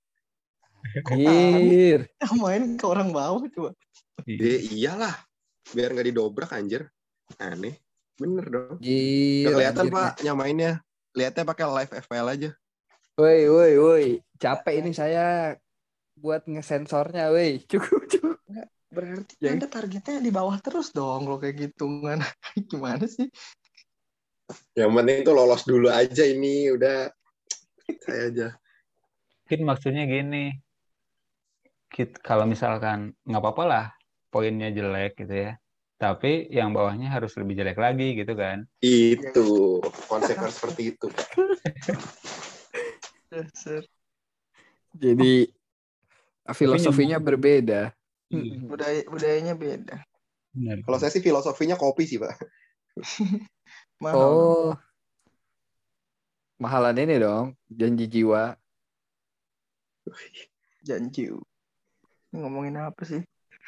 Gir. Yang main ke orang bawah coba. Ya iyalah, biar nggak didobrak anjir. Aneh, bener dong. Gir. Gak kelihatan anjir. Pak nyamainnya. Lihatnya pakai live F P L aja. Woi, woi, woi. Capek ini saya buat ngesensornya, woi. Cukup, cukup. Berarti Yang- Anda targetnya di bawah terus dong kalau kayak gitu. Gimana, gimana sih? Yang penting tuh lolos dulu aja ini, udah saya aja. Mungkin maksudnya gini. kit- kalau misalkan nggak apa-apa lah poinnya jelek gitu ya. Tapi yang bawahnya harus lebih jelek lagi gitu kan. Itu konsepnya seperti itu, Pak. Dasar. Jadi filosofinya nyambung. berbeda. Iya. Budaya budayanya beda. Benar. Kalau saya sih filosofinya kopi sih, Pak. Mahal. Oh, mahalan ini dong, janji jiwa. Janji. Ini ngomongin apa sih?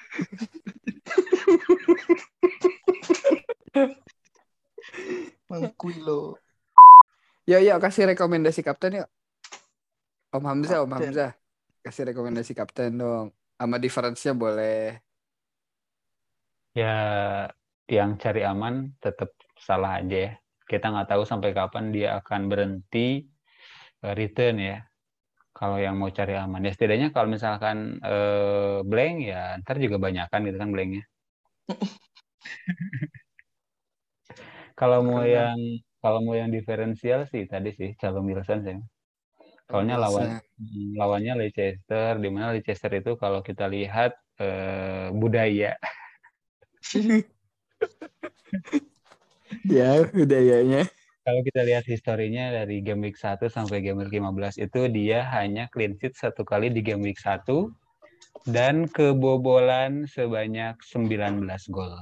Mangkui lo. Yuk, yuk kasih rekomendasi kapten yuk. Om Hamzah, Om Kapten. Hamzah. Kasih rekomendasi kapten dong. Sama difference-nya boleh. Ya, yang cari aman tetap salah aja ya. Kita nggak tahu sampai kapan dia akan berhenti eh, return ya. Kalau yang mau cari aman ya setidaknya kalau misalkan eh, blank ya ntar juga banyakan gitu kan blanknya. Kalau mau Karena- yang kalau mau yang diferensial sih tadi sih Callum Wilson sih. Soalnya lawan Wilson. lawannya Leicester, di mana Leicester itu kalau kita lihat eh, budaya Ya, budayanya. kalau kita lihat historinya dari game week satu sampai game week lima belas itu dia hanya clean sheet satu kali di game week satu dan kebobolan sebanyak sembilan belas gol.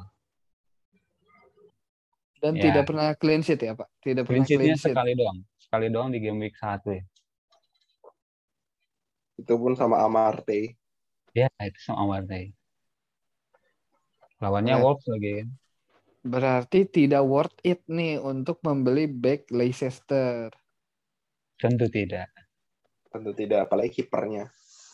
Dan Ya. tidak pernah clean sheet ya, Pak? Tidak Clean pernah sheet-nya clean sheet. sekali doang. Sekali doang di game week satu ya. Itu pun sama Amarte. Ya, itu sama Amartey. Lawannya Berat. Wolves lagi kan. Berarti tidak worth it nih untuk membeli back Leicester. Tentu tidak. Tentu tidak, apalagi kipernya.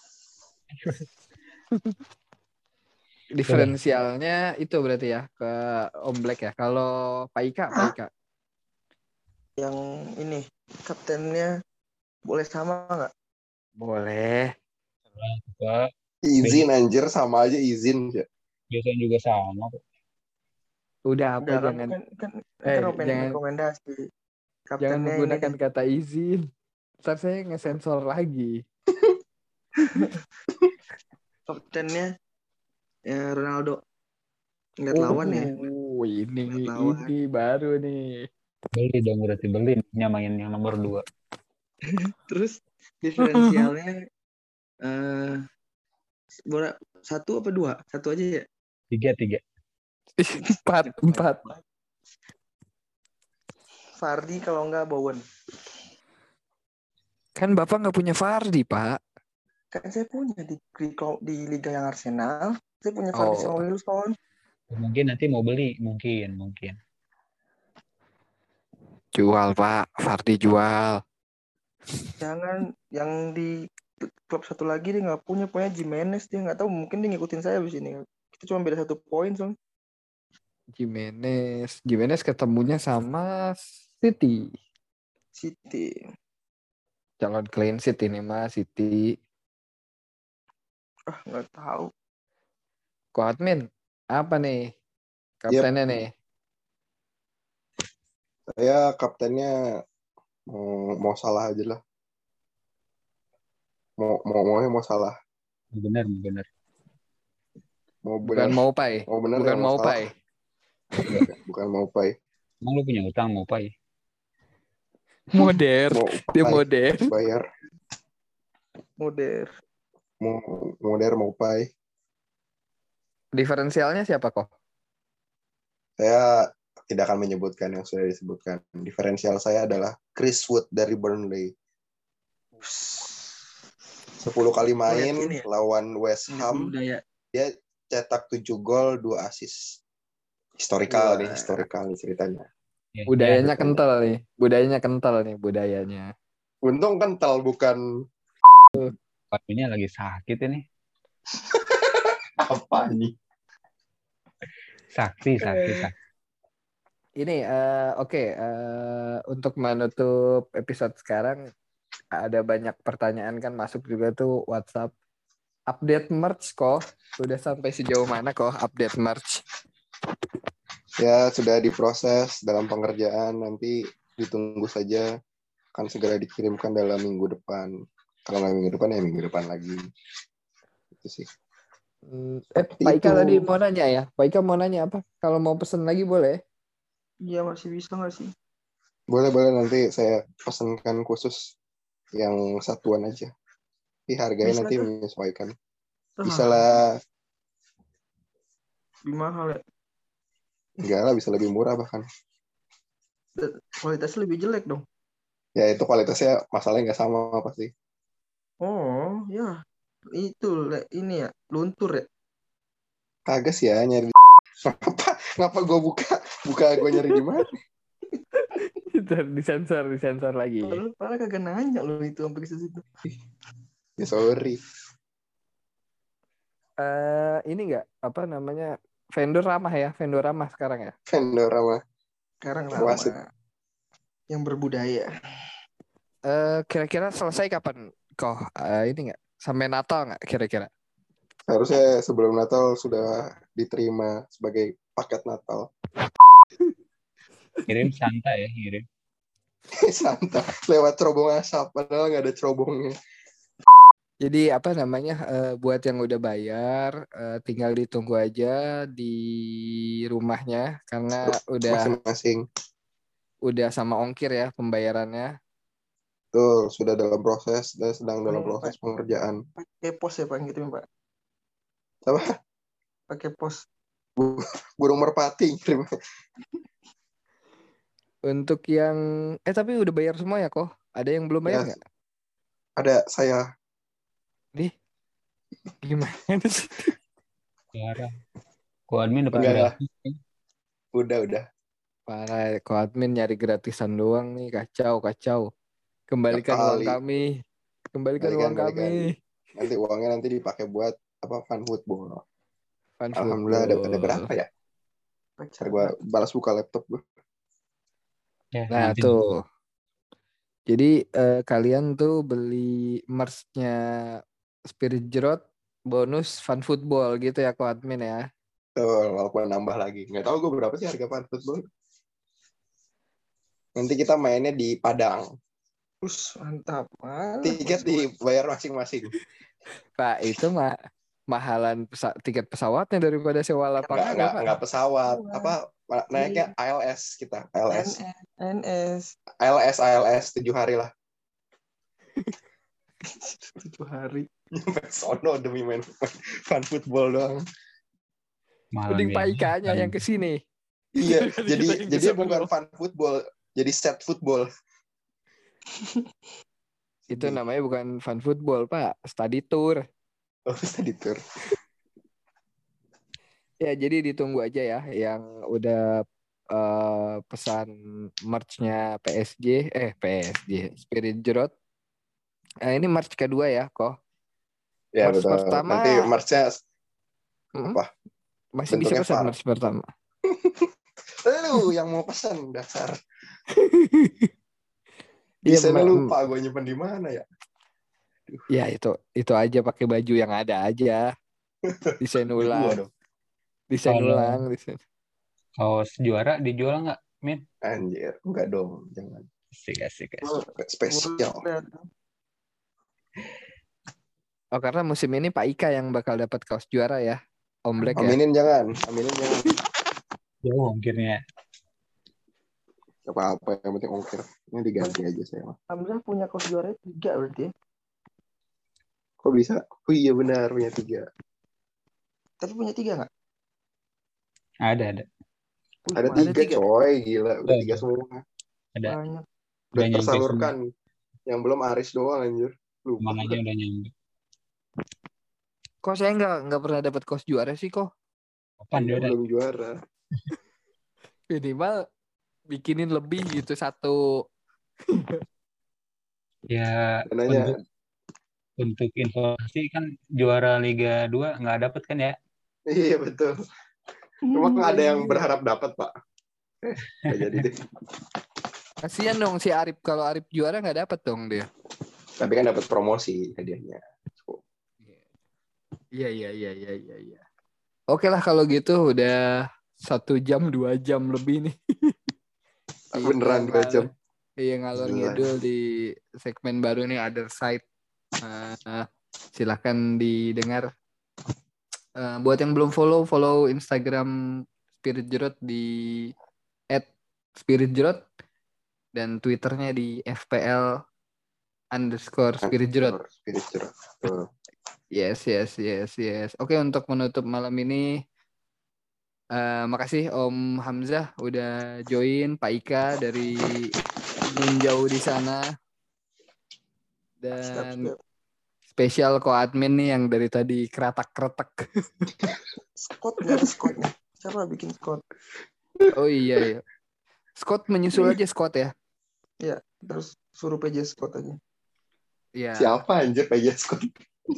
Diferensialnya itu berarti ya ke Om Black ya. Kalau Pak Ika, Pak Ika. yang ini kaptennya boleh sama nggak? Boleh. Pak, Izin anjir, sama aja izin. biasanya juga sama kok. Udah apa Enggak kan jangan kan kan, Eh, kan open jangan- rekomendasi. jangan Kaptennya ini menggunakan deh. kata izin. Ntar saya ngesensor lagi. Kaptennya ya Ronaldo. Lihat lawan ya. Oh, ini Lihat lawan. ini baru nih. Beli dong berarti beli nyamain yang nomor dua. Terus diferensialnya eh bola satu apa dua? Satu aja ya. Tiga tiga. Empat, empat. Fardi kalau nggak Bowen. Kan Bapak nggak punya Fardi, Pak. Kan saya punya di di, di liga yang Arsenal. Saya punya Fardi Oh. sama Wilson. Mungkin nanti mau beli, mungkin mungkin. Jual, Pak. Fardi jual. Jangan yang di klub satu lagi dia nggak punya, punya Jimenez, dia nggak tahu, mungkin dia ngikutin saya abis ini. Kita cuma beda satu poin soalnya. Jimenez. Jimenez ketemunya sama City. City. Calon clean sheet ini mah City. Ah nggak tahu. Ko admin, apa nih kaptennya nih? Saya kaptennya mau, mau salah aja lah. Mau mau mau mau salah. Benar, benar. Mau Bukan bener, mau pai. mau bener Bukan ya, mau salah. pai. Bukan mau pay. Emang lu punya utang mau pai? Moder. Mau Dia pay, moder. bayar. Moder. Mau moder mau pay. Diferensialnya siapa kok? Saya tidak akan menyebutkan yang sudah disebutkan. Diferensial saya adalah Chris Wood dari Burnley. sepuluh kali main Oh, ini ya? lawan West Ini Ham, budaya. dia cetak tujuh gol, dua assist. Historikal Wah. nih, historikal nih ceritanya. Ya, Budayanya ya. kental nih. Budayanya kental nih budayanya. Untung kental, bukan ya, ini lagi sakit ini. apa nih. Sakti, sakti, sakti. Ini eh, oke eh, untuk menutup episode sekarang ada banyak pertanyaan kan masuk juga tuh WhatsApp. Update merch kok udah sampai sejauh mana kok update merch? Ya, sudah diproses dalam pengerjaan, nanti ditunggu saja, akan segera dikirimkan dalam minggu depan. Kalau nggak minggu depan ya minggu depan lagi. Itu sih. Hmm, Eh, Seperti Pak Ika itu. tadi mau nanya ya. Pak Ika mau nanya apa? Kalau mau pesen lagi boleh. Iya masih bisa nggak sih? Boleh boleh nanti saya pesankan khusus yang satuan aja. Tapi harganya Bisa nanti tuh. menyesuaikan. Ah, Bisa lah, lebih mahal ya. enggak lah, bisa lebih murah bahkan. Dan kualitasnya lebih jelek dong. Ya itu kualitasnya masalahnya nggak sama pasti. Oh ya, itu Le. Ini ya luntur ya. Kagak sih ya nyari. Ngapa ngapa gue buka buka gue nyari di mana? disensor, disensor lagi. Padahal, padahal kagak nanya loh itu sampai ke situ. Ya sorry. Eh, ini enggak apa namanya? Vendor ramah ya, vendor ramah sekarang ya. Vendor sama Sekarang wasit. lama yang berbudaya. Eh, kira-kira selesai kapan kok? Eh, ini enggak sampai Natal enggak kira-kira? Harusnya sebelum Natal sudah diterima sebagai paket Natal. Kirim santai ya, kirim. Santai. Lewat cerobong asap. Padahal nggak ada cerobongnya. Jadi apa namanya? eh, buat yang udah bayar, eh, tinggal ditunggu aja di rumahnya karena udah Masing-masing. udah sama ongkir ya pembayarannya. Tuh, sudah dalam proses dan sedang dalam Hmm, proses pengerjaan. Pakai pos ya Pak gitu Pak. Apa? Pakai pos. Burung merpati. Untuk yang eh tapi udah bayar semua ya kok? Ada yang belum bayar Ya, nggak? ada saya. Nih, gimana sih? Parah. Ko admin dapat Enggak lah. gratis. Udah, udah. Parah, kok admin nyari gratisan doang nih, kacau, kacau. Kembalikan uang Kali. kami, kembalikan Balikan, uang balikan. kami. Nanti uangnya nanti dipakai buat apa fun football. Fun Alhamdulillah ada, ada football. berapa ya? Ntar gue balas buka laptop gue. Ya, Nah nanti tuh, jadi eh, kalian tuh beli merch-nya Spirit Jerot bonus fun football gitu ya, kok admin ya. Tuh, walaupun nambah lagi. Nggak tahu gue berapa sih harga fun football. Nanti kita mainnya di Padang. Us, mantap. Malah, Tiket dibayar masing-masing. Pak, itu mah mahalan pesa- tiket pesawatnya daripada sewa Nggak, lapangan ya, nggak, Pak. nggak pesawat. Iya. Apa naiknya A L S kita. A L S. N S A L S, A L S tujuh hari lah. tujuh hari. Nyampe sono demi main fun football doang. malam Mending Pak ya. Ika-nya yang kesini. Iya, Kita jadi yang jadi kesana bukan dulu. fun football, jadi set football. Itu namanya bukan fun football, Pak. Study tour. Oh, study tour. Ya, jadi ditunggu aja ya yang udah eh, pesan merch-nya P S G, eh P S G, Spirit Jerot. Nah, ini merch kedua ya, kok. Ya Merch betul. pertama Nanti merch-nya hmm, apa? masih bisa Bentuknya pesan var. merch pertama. Lu yang mau pesan dasar. Iya, Desainnya ma- lupa gue nyimpen di mana ya? ya itu itu aja pakai baju yang ada aja. Desain Di gua ulang, dong. desain Kalau- ulang, desain. Kaos juara dijual nggak, Min? Anjir, enggak dong, jangan. Asik, asik, asik. Boleh, Spesial. boleh. Oh, karena musim ini Pak Ika yang bakal dapat kaos juara ya, Om Black ya. Aminin jangan, aminin jangan. Jauh ongkirnya. Gak apa-apa, yang penting ongkir. Ini diganti aja saya mah. Alhamdulillah punya kaos juara tiga berarti ya. Kok bisa? Oh iya benar, punya tiga. Tapi punya tiga nggak? Ada, ada. Wih, Ada banyak. tiga, tiga. coy, gila. Udah Oh, tiga iya. semua. Ada. Banyak. Udah Udah nyampe tersalurkan. Yang belum Aris doang, anjir. Lupa. Mana aja udah nyampe. Kok saya nggak nggak pernah dapat kaos juara sih kok. Kapan dia Iya, udah? belum juara. Minimal bikinin lebih gitu satu. Ya, Dananya, untuk, untuk informasi kan juara Liga dua nggak dapet kan ya? iya betul. Emang ada yang berharap dapat, Pak? Eh, nggak jadi deh. Kasian dong si Arif, kalau Arif juara nggak dapat dong dia. Tapi kan dapat promosi hadiahnya. Iya iya iya iya iya. iya. Oke lah kalau gitu udah satu jam dua jam lebih nih. Beneran dua jam. Iya ngalor Gila. ngidul di segmen baru nih Other Side. Uh, silahkan didengar Uh, buat yang belum follow, follow Instagram Spirit Jerot di at Spirit Jerot dan Twitternya di F P L underscore Spirit Jerot. Spirit Jerot. Tuh. Yes, yes, yes, yes. Oke, untuk menutup malam ini, uh, makasih Om Hamzah udah join, Pak Ika dari Gunung Jauh di sana, dan Siap, siap. spesial co-admin nih yang dari tadi keratak-keratak. Scott nggak ada Scottnya. Siapa bikin Scott? Oh iya ya. Scott menyusul aja Scott ya. Ya, terus suruh P J Scott aja. Iya. Siapa anjir P J Scott?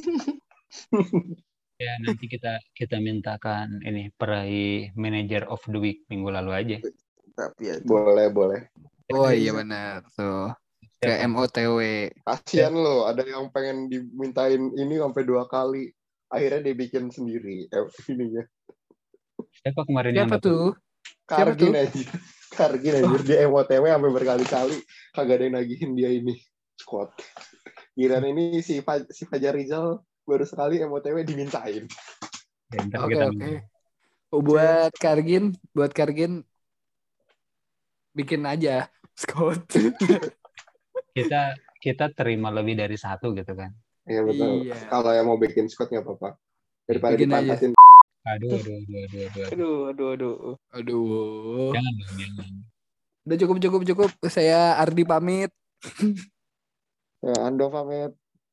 Ya nanti kita kita mintakan ini peraih Manager of the Week minggu lalu aja. Tapi ya itu. Boleh, boleh. Oh iya benar tuh. Ke M O T W. Kasian lo, ada yang pengen dimintain ini sampai dua kali. Akhirnya dia bikin sendiri eh, ininya. Siapa kemarin yang Siapa dapat? tuh? Siapa Kargin tuh? aja. Kargin aja. Dia M O T W sampai berkali-kali. Kagak ada yang nagihin dia ini. Squad. Giliran ini si, Faj- si Fajar Rizal baru sekali M O T W dimintain. Ya, ntar Oke kita oke. Oh, buat Kargin, buat Kargin bikin aja Scott. kita kita terima lebih dari satu gitu kan. Iya betul. Iya. Kalau yang mau bikin squad nggak apa-apa. Daripada Bikin aja. dipantasin. Aduh, aduh, aduh, aduh, aduh. Aduh, aduh, aduh. Aduh. Jangan dong, jangan. Udah cukup cukup cukup. Saya Ardi pamit. Ya, Ando pamit.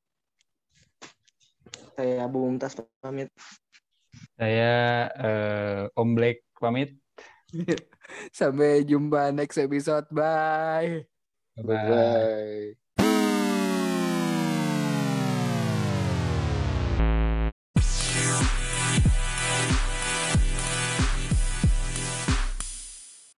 Saya Abu Mumtaz pamit. Saya eh, Om Black pamit. Sampai jumpa next episode. Bye. Bye. Bye.